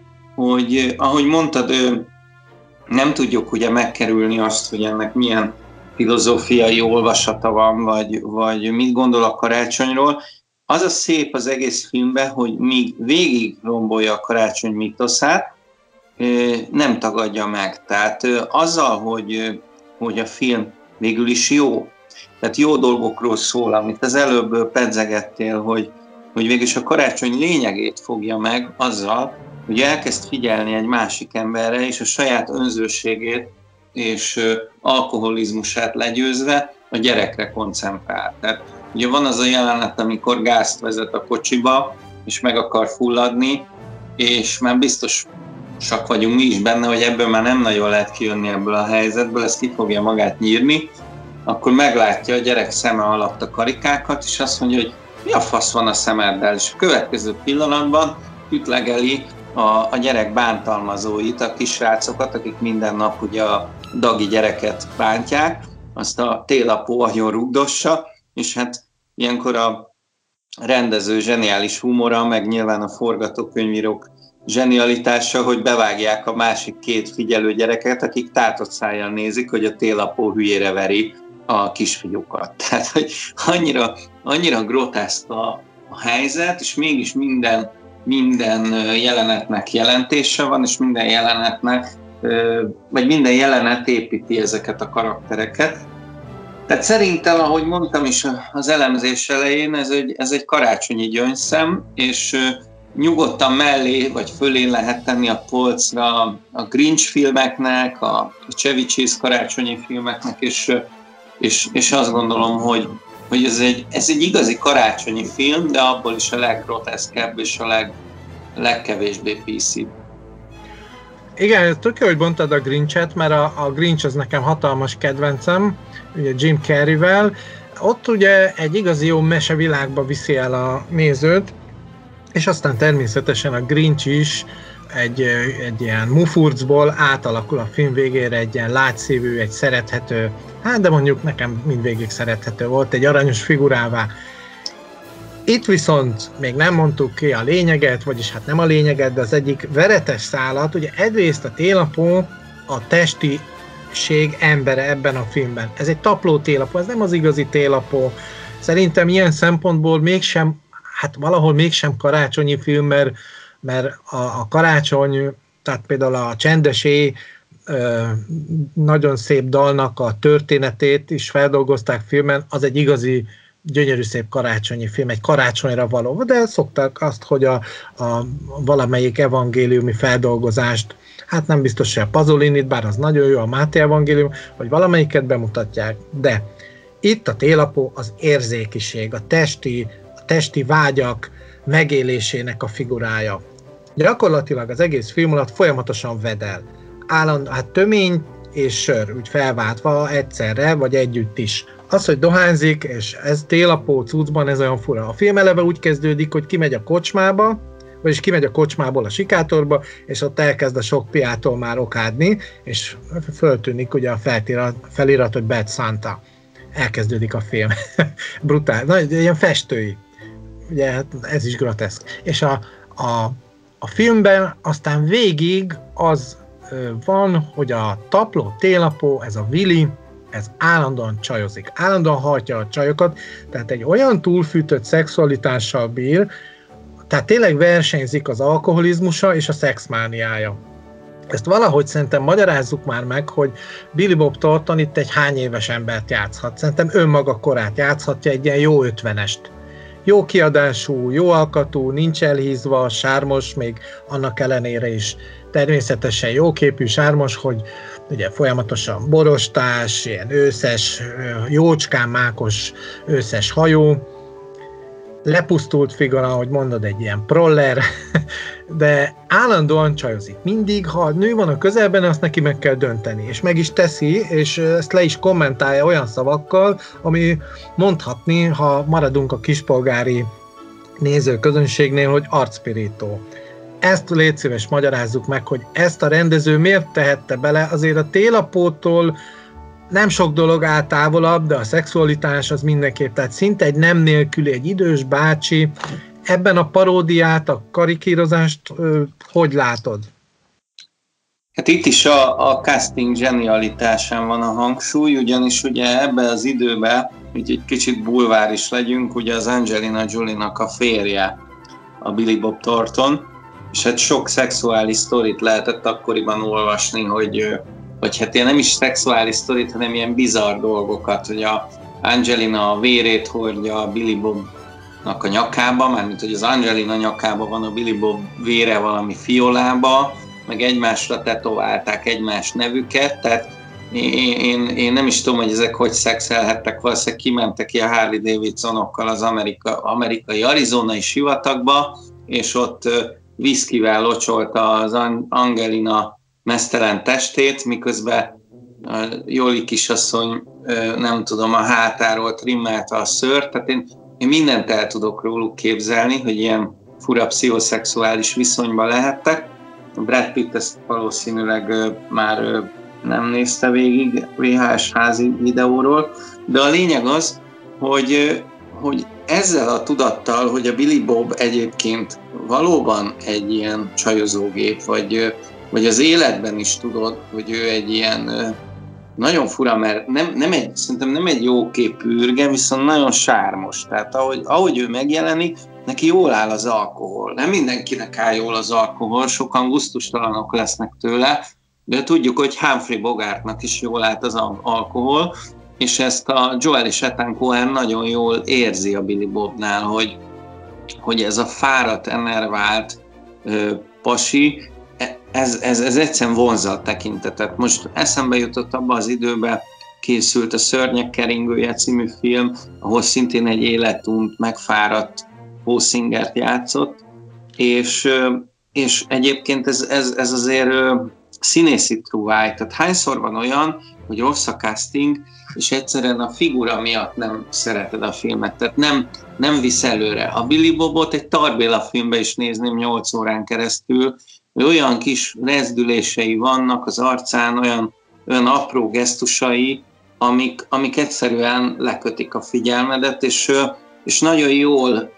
hogy ahogy mondtad, nem tudjuk ugye megkerülni azt, hogy ennek milyen filozófiai olvasata van, vagy, vagy mit gondol a karácsonyról. Az a szép az egész filmben, hogy míg végig rombolja a karácsony mitoszát, nem tagadja meg. Tehát azzal, hogy, hogy a film végül is jó, tehát jó dolgokról szól, amit az előbb pedzegettél, hogy, hogy végül is a karácsony lényegét fogja meg azzal, hogy elkezd figyelni egy másik emberre, és a saját önzőségét és alkoholizmusát legyőzve a gyerekre koncentrál. Tehát ugye van az a jelenet, amikor gázt vezet a kocsiba, és meg akar fulladni, és már biztosak vagyunk mi is benne, hogy ebből már nem nagyon lehet kijönni ebből a helyzetből, ez ki fogja magát nyírni, akkor meglátja a gyerek szeme alatt a karikákat, és azt mondja, hogy mi a fasz van a szemeddel, és a következő pillanatban ütlegeli a, a gyerek bántalmazóit, a kisrácokat, akik minden nap ugye a dagi gyereket bántják, azt a télapó agyon rugdossa, és hát ilyenkor a rendező zseniális humora, meg nyilván a forgatókönyvírók zsenialitása, hogy bevágják a másik két figyelő gyereket, akik tátott szájjal nézik, hogy a télapó hülyére veri a kisfiúkat. Tehát, hogy annyira, annyira groteszk a, a helyzet, és mégis minden, minden jelenetnek jelentése van, és minden jelenetnek, vagy minden jelenet építi ezeket a karaktereket. Tehát szerintem, ahogy mondtam is az elemzés elején, ez egy, ez egy karácsonyi gyöngyszem, és nyugodtan mellé vagy fölé lehet tenni a polcra a Grinch filmeknek, a Chevy Chase karácsonyi filmeknek, és, és, és azt gondolom, hogy, hogy ez, egy, ez egy igazi karácsonyi film, de abból is a leggroteszkebb és a leg, legkevésbé pé cé. Igen, tök jó, hogy mondtad a Grinchet, mert a, a Grinch az nekem hatalmas kedvencem, ugye Jim Carreyvel. Ott ugye egy igazi jó mesevilágba viszi el a nézőt, és aztán természetesen a Grinch is egy, egy ilyen mufurcból átalakul a film végére egy ilyen látszívű, egy szerethető, hát de mondjuk nekem mindvégig szerethető volt, egy aranyos figurává. Itt viszont még nem mondtuk ki a lényeget, vagyis hát nem a lényeget, de az egyik veretes szálat, ugye egyrészt a télapó a testiség embere ebben a filmben. Ez egy tapló télapó, ez nem az igazi télapó. Szerintem ilyen szempontból mégsem, hát valahol mégsem karácsonyi film, mert, mert a, a karácsony, tehát például a Csendes éj nagyon szép dalnak a történetét is feldolgozták filmen, az egy igazi gyönyörű szép karácsonyi film, egy karácsonyra való, de szokták azt, hogy a, a valamelyik evangéliumi feldolgozást, hát nem biztos, hogy a Pazolinit, bár az nagyon jó, a Máté evangélium, vagy valamelyiket bemutatják, de itt a télapó az érzékiség, a testi, a testi vágyak megélésének a figurája. Gyakorlatilag az egész film alatt folyamatosan vedel. Állandó, hát tömény és sör, úgy felváltva egyszerre, vagy együtt is. Az, hogy dohányzik, és ez télapó cuccban, ez olyan fura. A film eleve úgy kezdődik, hogy kimegy a kocsmába, vagyis kimegy a kocsmából a sikátorba, és ott elkezd a sok piától már okádni, és föltűnik ugye a felirat, felirat, hogy Bad Santa. Elkezdődik a film. Brutál. Na, ilyen festői. Ugye hát ez is groteszk. És a, a, a filmben aztán végig az van, hogy a tapló télapó, ez a Willy, ez állandóan csajozik, állandóan hajtja a csajokat, tehát egy olyan túlfűtött szexualitással bír, tehát tényleg versenyzik az alkoholizmusa és a szexmániája. Ezt valahogy szerintem magyarázzuk már meg, hogy Billy Bob Thornton itt egy hány éves embert játszhat. Szerintem önmaga korát játszhatja, egy ilyen jó ötvenest. Jó kiadású, jó alkatú, nincs elhízva, sármos, még annak ellenére is természetesen jóképű, sármos, hogy ugye folyamatosan borostás, ilyen őszes, jócskán mákos őszes hajú, lepusztult figura, ahogy mondod, egy ilyen proller, de állandóan csajozik. Mindig, ha a nő van a közelben, azt neki meg kell dönteni, és meg is teszi, és ezt le is kommentálja olyan szavakkal, ami mondhatni, ha maradunk a kispolgári nézőközönségnél, hogy arcpirító. Ezt légy szíves magyarázzuk meg, hogy ezt a rendező miért tehette bele, azért a télapótól nem sok dolog áll távolabb, de a szexualitás az mindenképp, tehát szinte egy nem nélküli, egy idős bácsi. Ebben a paródiát, a karikírozást ö, hogy látod? Hát itt is a, a casting zsenialitásán van a hangsúly, ugyanis ugye ebben az időben, így egy kicsit bulvár is legyünk, ugye az Angelina Jolie-nak a férje, a Billy Bob Thornton, és hát sok szexuális sztorit lehetett akkoriban olvasni, hogy vagy hát ilyen nem is szexuális sztorit, hanem ilyen bizarr dolgokat, hogy a Angelina a vérét hordja a Billy Bobnak a nyakába, mármint hogy az Angelina nyakába van a Billy Bob vére valami fiolába, meg egymásra tetoválták egymás nevüket, tehát én, én, én nem is tudom, hogy ezek hogy szexelhettek, valószínűleg kimentek ki a Harley Davidsonokkal az Amerika, amerikai arizonai sivatagba, és ott viszkivel locsolta az Angelina meztelen testét, miközben a Jolie kisasszony, nem tudom, a hátáról trimmelta a szőrt, tehát én, én mindent el tudok róluk képzelni, hogy ilyen fura pszichoszexuális viszonyban lehettek. Brad Pitt ezt valószínűleg már nem nézte végig vé há es házi videóról, de a lényeg az, hogy, hogy ezzel a tudattal, hogy a Billy Bob egyébként valóban egy ilyen csajozógép, vagy vagy az életben is tudod, hogy ő egy ilyen nagyon fura, mert nem, nem egy, szerintem nem egy jóképű ürge, viszont nagyon sármos. Tehát ahogy, ahogy ő megjelenik, neki jól áll az alkohol. Nem mindenkinek áll jól az alkohol, sokan gusztustalanok lesznek tőle, de tudjuk, hogy Humphrey Bogartnak is jól állt az alkohol, és ezt a Joel és Ethan Coen nagyon jól érzi a Billy Bobnál, hogy, hogy ez a fáradt, enervált ö, pasi, Ez, ez, ez egyszerűen vonzat tekintetet. Most eszembe jutott, abban az időben készült a Szörnyek keringője című film, ahol szintén egy életunt, megfáradt Paul Singert játszott, és, és egyébként ez, ez, ez azért színészi trúváj. Tehát hányszor van olyan, hogy rossz a casting, és egyszerűen a figura miatt nem szereted a filmet, tehát nem, nem visz előre. A Billy Bobot egy Tar Béla filmbe is nézném nyolc órán keresztül, olyan kis rezdülései vannak az arcán, olyan, olyan apró gesztusai, amik, amik egyszerűen lekötik a figyelmedet, és, és nagyon jól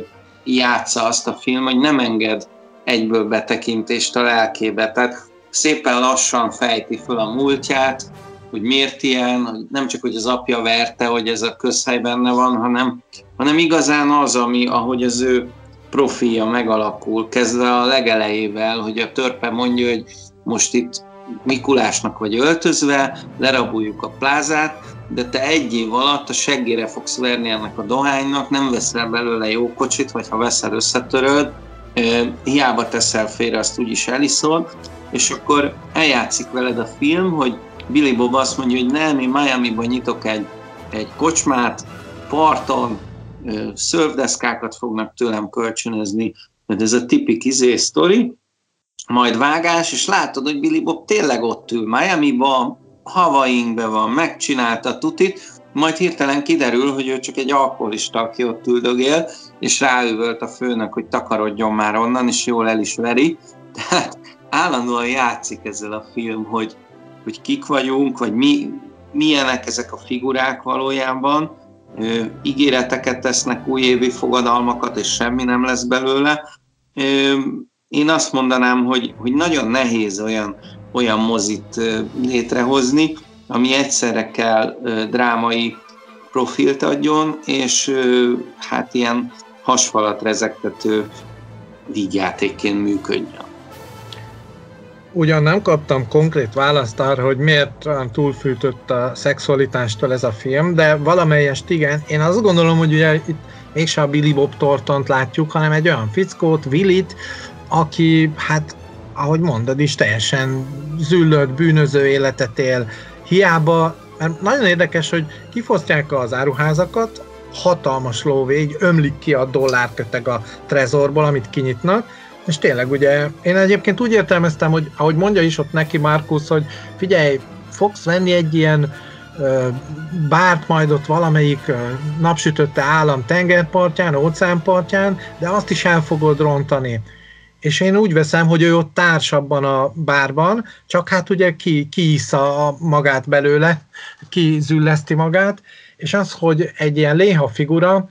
játsza azt a film, hogy nem enged egyből betekintést a lelkébe. Tehát szépen lassan fejti föl a múltját, hogy miért ilyen, hogy nem csak, hogy az apja verte, hogy ez a közhely benne van, hanem, hanem igazán az, ami, ahogy az ő profilja megalakul, kezdve a legelejével, hogy a törpe mondja, hogy most itt Mikulásnak vagy öltözve, lerabuljuk a plázát, de te egy év alatt a seggére fogsz verni ennek a dohánynak, nem veszel belőle jó kocsit, vagy ha veszel, összetöröd, hiába teszel félre, azt úgyis eliszol, és akkor eljátszik veled a film, hogy Billy Bob azt mondja, hogy nem, én Miamiban nyitok egy, egy kocsmát, parton, szörfdeszkákat fognak tőlem kölcsönözni, mert ez a tipik izé sztori, majd vágás, és látod, hogy Billy Bob tényleg ott ül Miamiban, Hawaiinkben van, megcsinálta tutit, majd hirtelen kiderül, hogy ő csak egy alkoholista, aki ott üldögél, és ráüvölt a főnök, hogy takarodjon már onnan, és jól el is veri. Tehát állandóan játszik ezzel a film, hogy, hogy kik vagyunk, vagy mi, milyenek ezek a figurák valójában. Ö, ígéreteket tesznek, újévi fogadalmakat, és semmi nem lesz belőle. Ö, én azt mondanám, hogy, hogy nagyon nehéz olyan, olyan mozit létrehozni, ami egyszerre kell drámai profilt adjon, és hát ilyen hasfalat rezegtető vígjátékként működjön. Ugyan nem kaptam konkrét választ arra, hogy miért túlfűtött a szexualitástól ez a film, de valamelyest igen. Én azt gondolom, hogy ugye itt mégsem a Billy Bob Thorntont látjuk, hanem egy olyan fickót, Willit, aki, hát ahogy mondod is, teljesen züllött, bűnöző életet él. Hiába, mert nagyon érdekes, hogy kifosztják az áruházakat, hatalmas lóvé, így ömlik ki a dollárköteg a trezorból, amit kinyitnak, és tényleg ugye, én egyébként úgy értelmeztem, hogy ahogy mondja is ott neki Marcus, hogy figyelj, fogsz venni egy ilyen ö, bárt majd ott valamelyik ö, napsütötte állam tengerpartján, óceánpartján, de azt is el fogod rontani. És én úgy veszem, hogy ő ott társabban a bárban, csak hát ugye ki, kiissza magát belőle, kizülleszti magát, és az, hogy egy ilyen léha figura,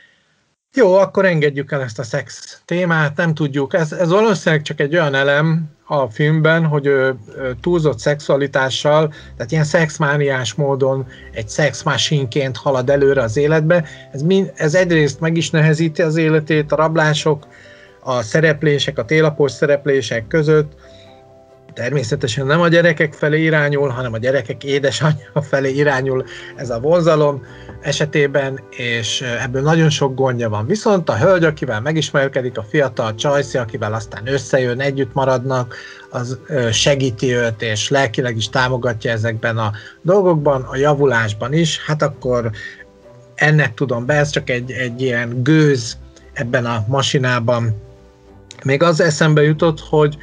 jó, akkor engedjük el ezt a szex témát, nem tudjuk. Ez, ez valószínűleg csak egy olyan elem a filmben, hogy ő, ő túlzott szexualitással, tehát ilyen szexmániás módon egy szexmasinként halad előre az életbe. Ez, mind, ez egyrészt meg is nehezíti az életét, a rablások, a szereplések, a télapos szereplések között. Természetesen nem a gyerekek felé irányul, hanem a gyerekek édesanyja felé irányul ez a vonzalom esetében, és ebből nagyon sok gondja van. Viszont a hölgy, akivel megismerkedik, a fiatal Csajci, akivel aztán összejön, együtt maradnak, az segíti őt, és lelkileg is támogatja ezekben a dolgokban, a javulásban is. Hát akkor ennek tudom be, ez csak egy, egy ilyen gőz ebben a masinában. Még az eszembe jutott, hogy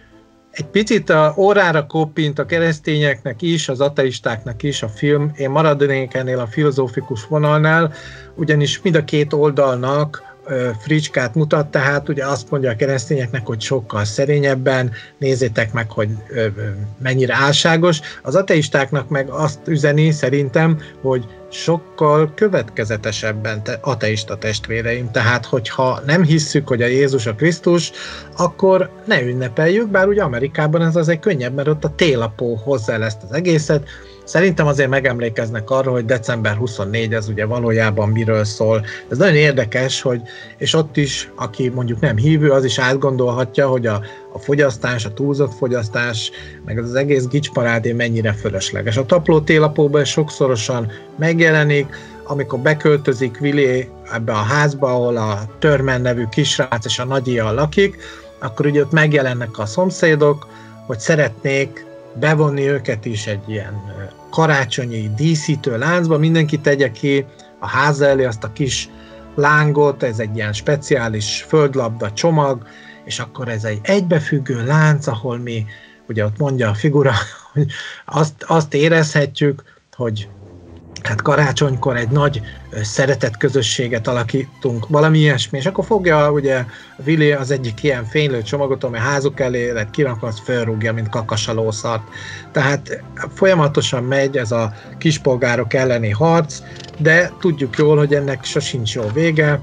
egy picit a órára koppint a keresztényeknek is, az ateistáknak is a film. Én maradnék ennél a filozófikus vonalnál, ugyanis mind a két oldalnak ö, fricskát mutat, tehát ugye azt mondja a keresztényeknek, hogy sokkal szerényebben, nézzétek meg, hogy ö, ö, mennyire álságos. Az ateistáknak meg azt üzeni szerintem, hogy sokkal következetesebben te, ateista testvéreim. Tehát, hogyha nem hisszük, hogy a Jézus a Krisztus, akkor ne ünnepeljük, bár ugye Amerikában ez azért könnyebb, mert ott a télapó hozzá el ezt az egészet. Szerintem azért megemlékeznek arra, hogy december huszonnégy ez ugye valójában miről szól. Ez nagyon érdekes, hogy, és ott is, aki mondjuk nem hívő, az is átgondolhatja, hogy a, a fogyasztás, a túlzott fogyasztás, meg az, az egész gicsparádé mennyire fölösleges. A tapló télapóban sokszorosan megjelenik, amikor beköltözik Willi ebbe a házba, ahol a Törmen nevű kisrác és a nagyia lakik, akkor ugye ott megjelennek a szomszédok, hogy szeretnék bevonni őket is egy ilyen karácsonyi díszítő láncba, mindenki tegye ki a háza elé azt a kis lángot, ez egy ilyen speciális földlabda csomag, és akkor ez egy egybefüggő lánc, ahol mi, ugye ott mondja a figura, hogy azt, azt érezhetjük, hogy hát karácsonykor egy nagy szeretett közösséget alakítunk, valami ilyesmi, és akkor fogja ugye Willi az egyik ilyen fénylő csomagot, ami házuk elé lett kirakva, az fölrúgja, mint kakasalószart. Tehát folyamatosan megy ez a kispolgárok elleni harc, de tudjuk jól, hogy ennek sosincs jó vége,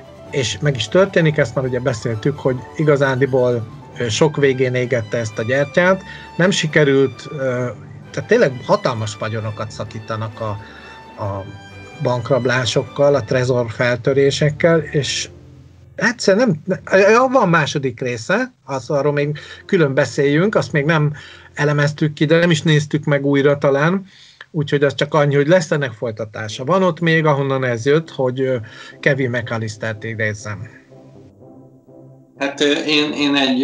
és meg is történik, ezt már ugye beszéltük, hogy igazándiból sok végén égette ezt a gyertyát, nem sikerült, tehát tényleg hatalmas vagyonokat szakítanak a, a bankrablásokkal, a trezor feltörésekkel, és egyszer nem, van második része, az, arról még külön beszéljünk, azt még nem elemeztük ki, de nem is néztük meg újra talán, úgyhogy az csak annyi, hogy lesz ennek folytatása. Van ott még, ahonnan ez jött, hogy Kevin McAllistert idézzem. Hát én, én egy,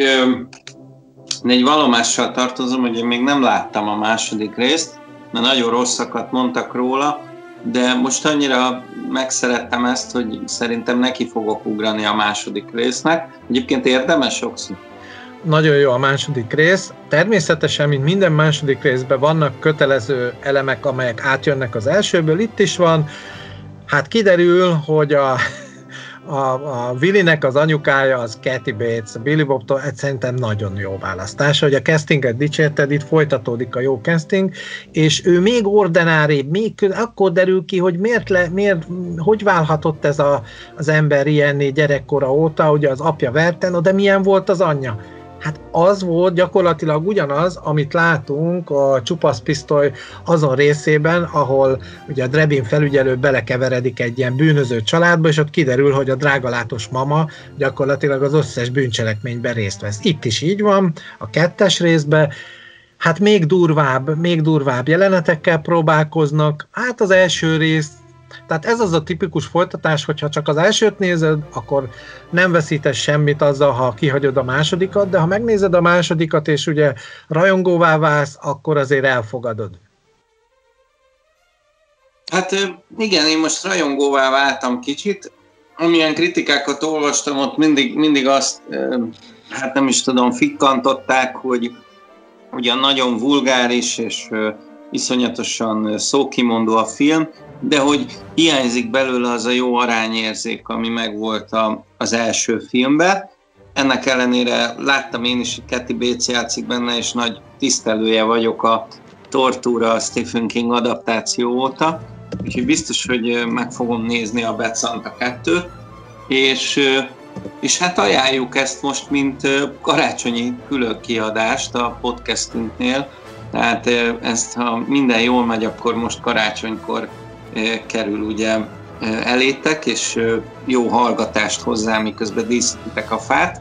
egy valomással tartozom, hogy én még nem láttam a második részt, mert nagyon rosszakat mondtak róla, de most annyira megszerettem ezt, hogy szerintem neki fogok ugrani a második résznek. Egyébként érdemes, Oxi? Nagyon jó a második rész. Természetesen, mint minden második részben vannak kötelező elemek, amelyek átjönnek az elsőből. Itt is van. Hát kiderül, hogy a, a, a Willinek az anyukája az Kathy Bates, a Billy Bobtól szerintem nagyon jó választás. Hogy a castinget dicsérted, itt folytatódik a jó casting, és ő még ordináribb, még akkor derül ki, hogy miért, le, miért hogy válhatott ez a, az ember ilyenné gyerekkora óta, ugye az apja verte, de milyen volt az anyja? Hát az volt gyakorlatilag ugyanaz, amit látunk a Csupasz pisztoly azon részében, ahol ugye a Drebin felügyelő belekeveredik egy ilyen bűnöző családba, és ott kiderül, hogy a drágalátos mama gyakorlatilag az összes bűncselekményben részt vesz. Itt is így van, a kettes részben. Hát még durvább, még durvább jelenetekkel próbálkoznak. Hát az első rész, tehát ez az a tipikus folytatás, hogyha csak az elsőt nézed, akkor nem veszítesz semmit azzal, ha kihagyod a másodikat, de ha megnézed a másodikat, és ugye rajongóvá válsz, akkor azért elfogadod. Hát igen, én most rajongóvá váltam kicsit. Amilyen kritikákat olvastam, ott mindig, mindig azt, hát nem is tudom, fikkantották, hogy ugyan nagyon vulgáris és iszonyatosan szókimondó a film, de hogy hiányzik belőle az a jó arányérzék, ami megvolt a, az első filmben. Ennek ellenére láttam én is, hogy Kathy Bates játszik benne, és nagy tisztelője vagyok a Tortúra a Stephen King adaptáció óta, úgyhogy biztos, hogy meg fogom nézni a Bad Santa kettőt, és, és hát ajánljuk ezt most, mint karácsonyi külön kiadást a podcastünknél, tehát ezt, ha minden jól megy, akkor most karácsonykor kerül ugye elétek, és jó hallgatást hozzá, miközben díszítitek a fát.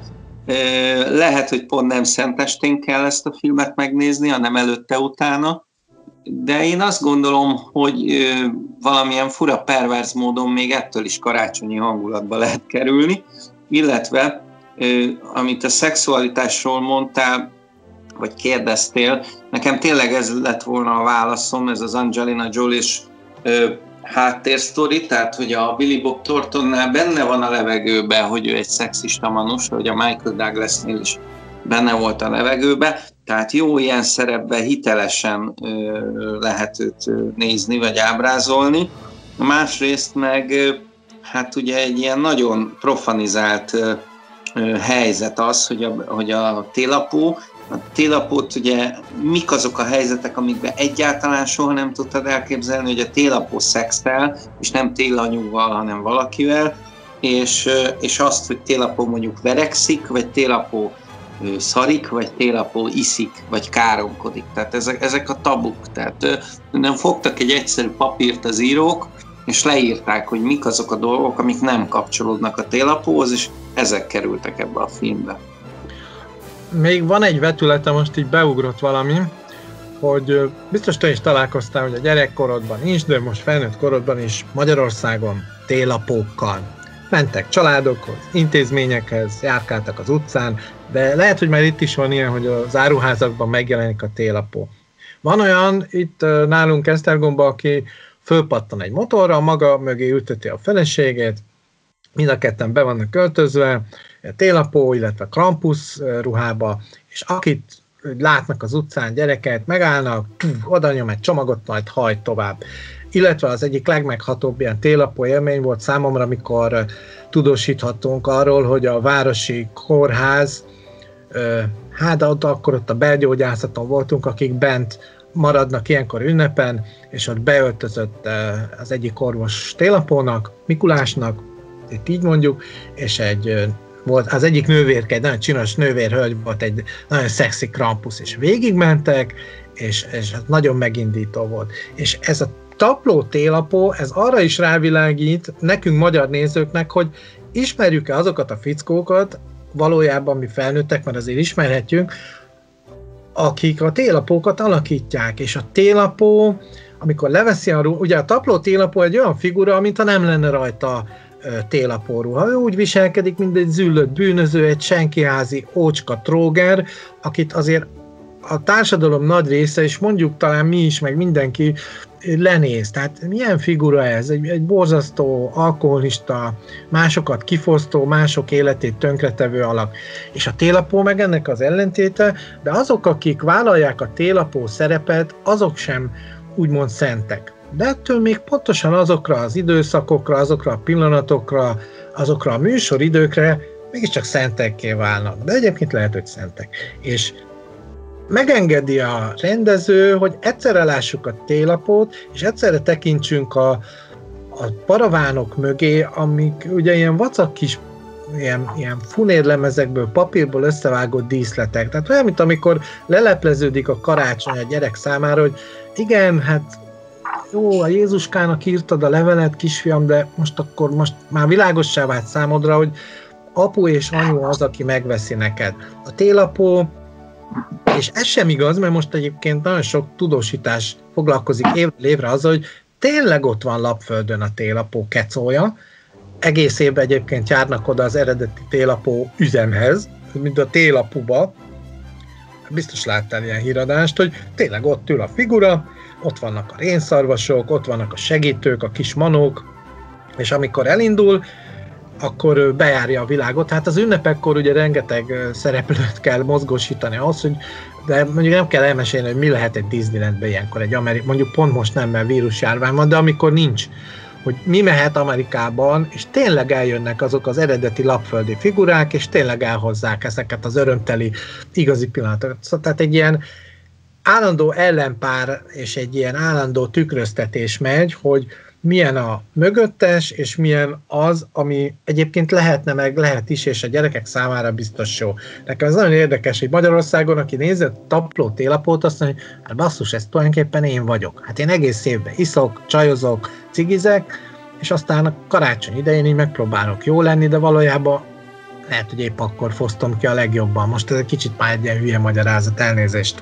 Lehet, hogy pont nem szentestén kell ezt a filmet megnézni, hanem előtte-utána, de én azt gondolom, hogy valamilyen fura perverz módon még ettől is karácsonyi hangulatba lehet kerülni, illetve amit a szexualitásról mondtál, vagy kérdeztél, nekem tényleg ez lett volna a válaszom, ez az Angelina Jolie-s háttérsztori, tehát hogy a Billy Bob Thorntonnál benne van a levegőben, hogy ő egy szexista manus, hogy a Michael Douglasnél is benne volt a levegőben, tehát jó ilyen szerepben hitelesen ö, lehet őt nézni, vagy ábrázolni. Másrészt meg hát ugye egy ilyen nagyon profanizált ö, ö, helyzet az, hogy a, hogy a télapó, a télapót ugye mik azok a helyzetek, amikben egyáltalán soha nem tudtad elképzelni, hogy a télapó szextel, és nem télanyúval, hanem valakivel, és, és azt, hogy télapó mondjuk verekszik, vagy télapó szarik, vagy télapó iszik, vagy káromkodik. Tehát ezek, ezek a tabuk. Tehát nem fogtak egy egyszerű papírt az írók, és leírták, hogy mik azok a dolgok, amik nem kapcsolódnak a télapóhoz, és ezek kerültek ebbe a filmbe. Még van egy vetülete, most így beugrott valami, hogy biztos te is találkoztál, hogy a gyerekkorodban is, de most felnőtt korodban is Magyarországon télapókkal mentek családokhoz, intézményekhez, járkáltak az utcán, de lehet, hogy már itt is van ilyen, hogy az áruházakban megjelenik a télapó. Van olyan itt nálunk Esztergomban, aki fölpattan egy motorra, maga mögé ülteti a feleségét, mind a ketten be vannak költözve, télapó, illetve Krampus ruhába, és akit látnak az utcán gyereket, megállnak, oda nyom egy csomagot, majd hajt tovább. Illetve az egyik legmeghatóbb ilyen télapó élmény volt számomra, amikor tudósíthattunk arról, hogy a városi kórház, hát ott akkor ott a belgyógyászaton voltunk, akik bent maradnak ilyenkor ünnepen, és ott beöltözött az egyik orvos télapónak, Mikulásnak, itt így mondjuk, és egy volt az egyik nővérke, egy nagyon csinos nővérhölgy volt, egy nagyon szexi Krampus, és végigmentek, és, és ez nagyon megindító volt. És ez a tapló télapó, ez arra is rávilágít nekünk magyar nézőknek, hogy ismerjük-e azokat a fickókat, valójában mi felnőttek, mert azért ismerhetjük, akik a télapókat alakítják, és a télapó, amikor leveszi a ruha, ugye a tapló télapó egy olyan figura, mintha nem lenne rajta télapó ruha. Ő úgy viselkedik, mint egy züllött bűnöző, egy senkiházi ócska tróger, akit azért a társadalom nagy része, és mondjuk talán mi is, meg mindenki lenéz. Tehát milyen figura ez? Egy, egy borzasztó, alkoholista, másokat kifosztó, mások életét tönkretevő alak. És a télapó meg ennek az ellentéte, de azok, akik vállalják a télapó szerepet, azok sem úgymond szentek. De ettől még pontosan azokra az időszakokra, azokra a pillanatokra, azokra a műsoridőkre mégiscsak szentekké válnak. De egyébként lehet, hogy szentek. És megengedi a rendező, hogy egyszerre lássuk a télapót, és egyszerre tekintsünk a, a paravánok mögé, amik ugye ilyen vacak kis ilyen, ilyen funérlemezekből, papírból összevágott díszletek. Tehát olyan, mint amikor lelepleződik a karácsony a gyerek számára, hogy igen, hát jó, a Jézuskának írtad a levelet, kisfiam, de most akkor most már világossá vált számodra, hogy apu és anyu az, aki megveszi neked. A télapó, és ez sem igaz, mert most egyébként nagyon sok tudósítás foglalkozik évről évre azzal, hogy tényleg ott van Lapföldön a télapó kecója. Egész évben egyébként járnak oda az eredeti télapó üzemhez, mint a télapuba. Biztos láttál ilyen híradást, hogy tényleg ott ül a figura, ott vannak a rénszarvasok, ott vannak a segítők, a kis manók, és amikor elindul, akkor bejárja a világot. Hát az ünnepekkor ugye rengeteg szereplőt kell mozgósítani ahhoz, hogy de mondjuk nem kell elmesélni, hogy mi lehet egy Disneylandben ilyenkor, egy Amerika, mondjuk pont most nem, mert vírusjárvány van, de amikor nincs, hogy mi mehet Amerikában, és tényleg eljönnek azok az eredeti lapföldi figurák, és tényleg elhozzák ezeket az örömteli igazi pillanatokat. Szóval, tehát egy ilyen állandó ellenpár és egy ilyen állandó tükröztetés megy, hogy milyen a mögöttes, és milyen az, ami egyébként lehetne, meg lehet is, és a gyerekek számára biztos jó. Nekem ez nagyon érdekes, hogy Magyarországon, aki nézett tapló télapót, azt mondja, hogy hát basszus, ez tulajdonképpen én vagyok. Hát én egész évben iszok, csajozok, cigizek, és aztán a karácsony idején így megpróbálok jó lenni, de valójában lehet, hogy épp akkor fosztom ki a legjobban. Most ez egy kicsit már egy ilyen hülye magyarázat, elnézést.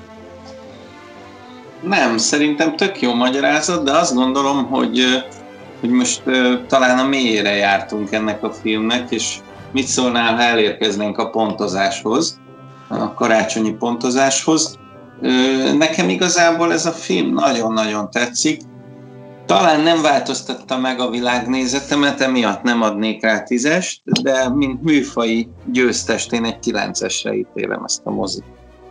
Nem, szerintem tök jó magyarázat, de azt gondolom, hogy, hogy most uh, talán a mélyére jártunk ennek a filmnek, és mit szólnál, ha elérkeznénk a pontozáshoz, a karácsonyi pontozáshoz. Uh, nekem igazából ez a film nagyon-nagyon tetszik. Talán nem változtatta meg a világnézetemet, emiatt nem adnék rá tízest, de mint műfaji győztest én egy kilencesre ítélem ezt a mozit.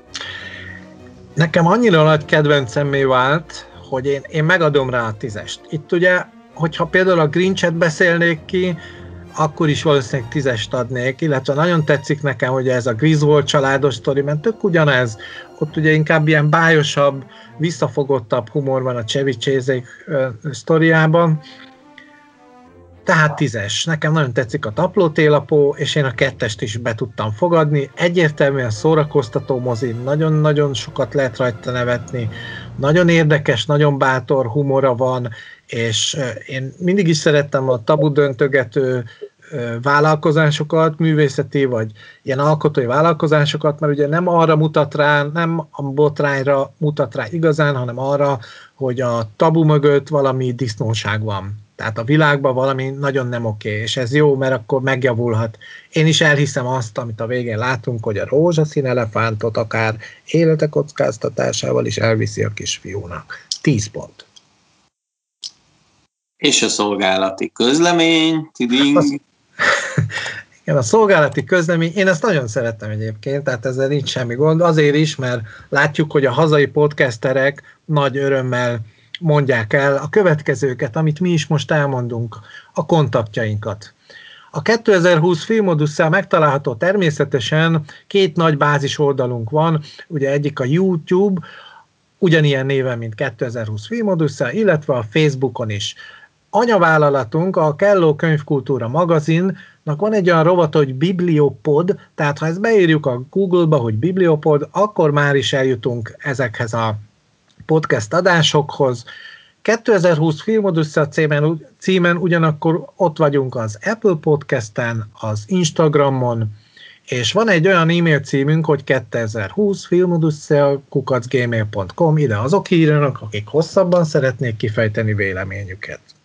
Nekem annyira nagy kedvencemmé vált, hogy én, én megadom rá a tízest. Itt ugye, hogyha például a Grinchet beszélnék ki, akkor is valószínűleg tízest adnék, illetve nagyon tetszik nekem, hogy ez a Griswold családos sztori, mert tök ugyanez. Ott ugye inkább ilyen bájosabb, visszafogottabb humor van a Chevy Chase-ék sztoriában. Tehát tízes. Nekem nagyon tetszik a tapló télapó, és én a kettest is be tudtam fogadni. Egyértelműen szórakoztató mozi, nagyon-nagyon sokat lehet rajta nevetni. Nagyon érdekes, nagyon bátor humora van, és én mindig is szerettem a tabu döntögető vállalkozásokat, művészeti vagy ilyen alkotói vállalkozásokat, mert ugye nem arra mutat rá, nem a botrányra mutat rá igazán, hanem arra, hogy a tabu mögött valami disznóság van. Tehát a világban valami nagyon nem oké, és ez jó, mert akkor megjavulhat. Én is elhiszem azt, amit a végén látunk, hogy a rózsaszín elefántot akár élete kockáztatásával is elviszi a kisfiúnak. Tíz pont. És a szolgálati közlemény, tiding. Az, igen, a szolgálati közlemény, én ezt nagyon szerettem egyébként, tehát ezzel nincs semmi gond. Azért is, mert látjuk, hogy a hazai podcasterek nagy örömmel mondják el a következőket, amit mi is most elmondunk, a kontaktjainkat. A kétezer-húsz Filmodusszea megtalálható természetesen, két nagy bázis oldalunk van, ugye egyik a YouTube, ugyanilyen néven, mint kétezer-húsz Filmodusszea, illetve a Facebookon is. Anyavállalatunk, a Kelló Könyvkultúra magazinnak van egy olyan rovata, hogy Bibliopod, tehát ha ezt beírjuk a Google-ba, hogy Bibliopod, akkor már is eljutunk ezekhez a podcast adásokhoz. kétezer-húsz Filmodusszea címen, címen ugyanakkor ott vagyunk az Apple Podcasten, az Instagramon, és van egy olyan e-mail címünk, hogy kétezer-húsz filmodusszea kukac gmail pont com, ide azok írjanak, akik hosszabban szeretnék kifejteni véleményüket.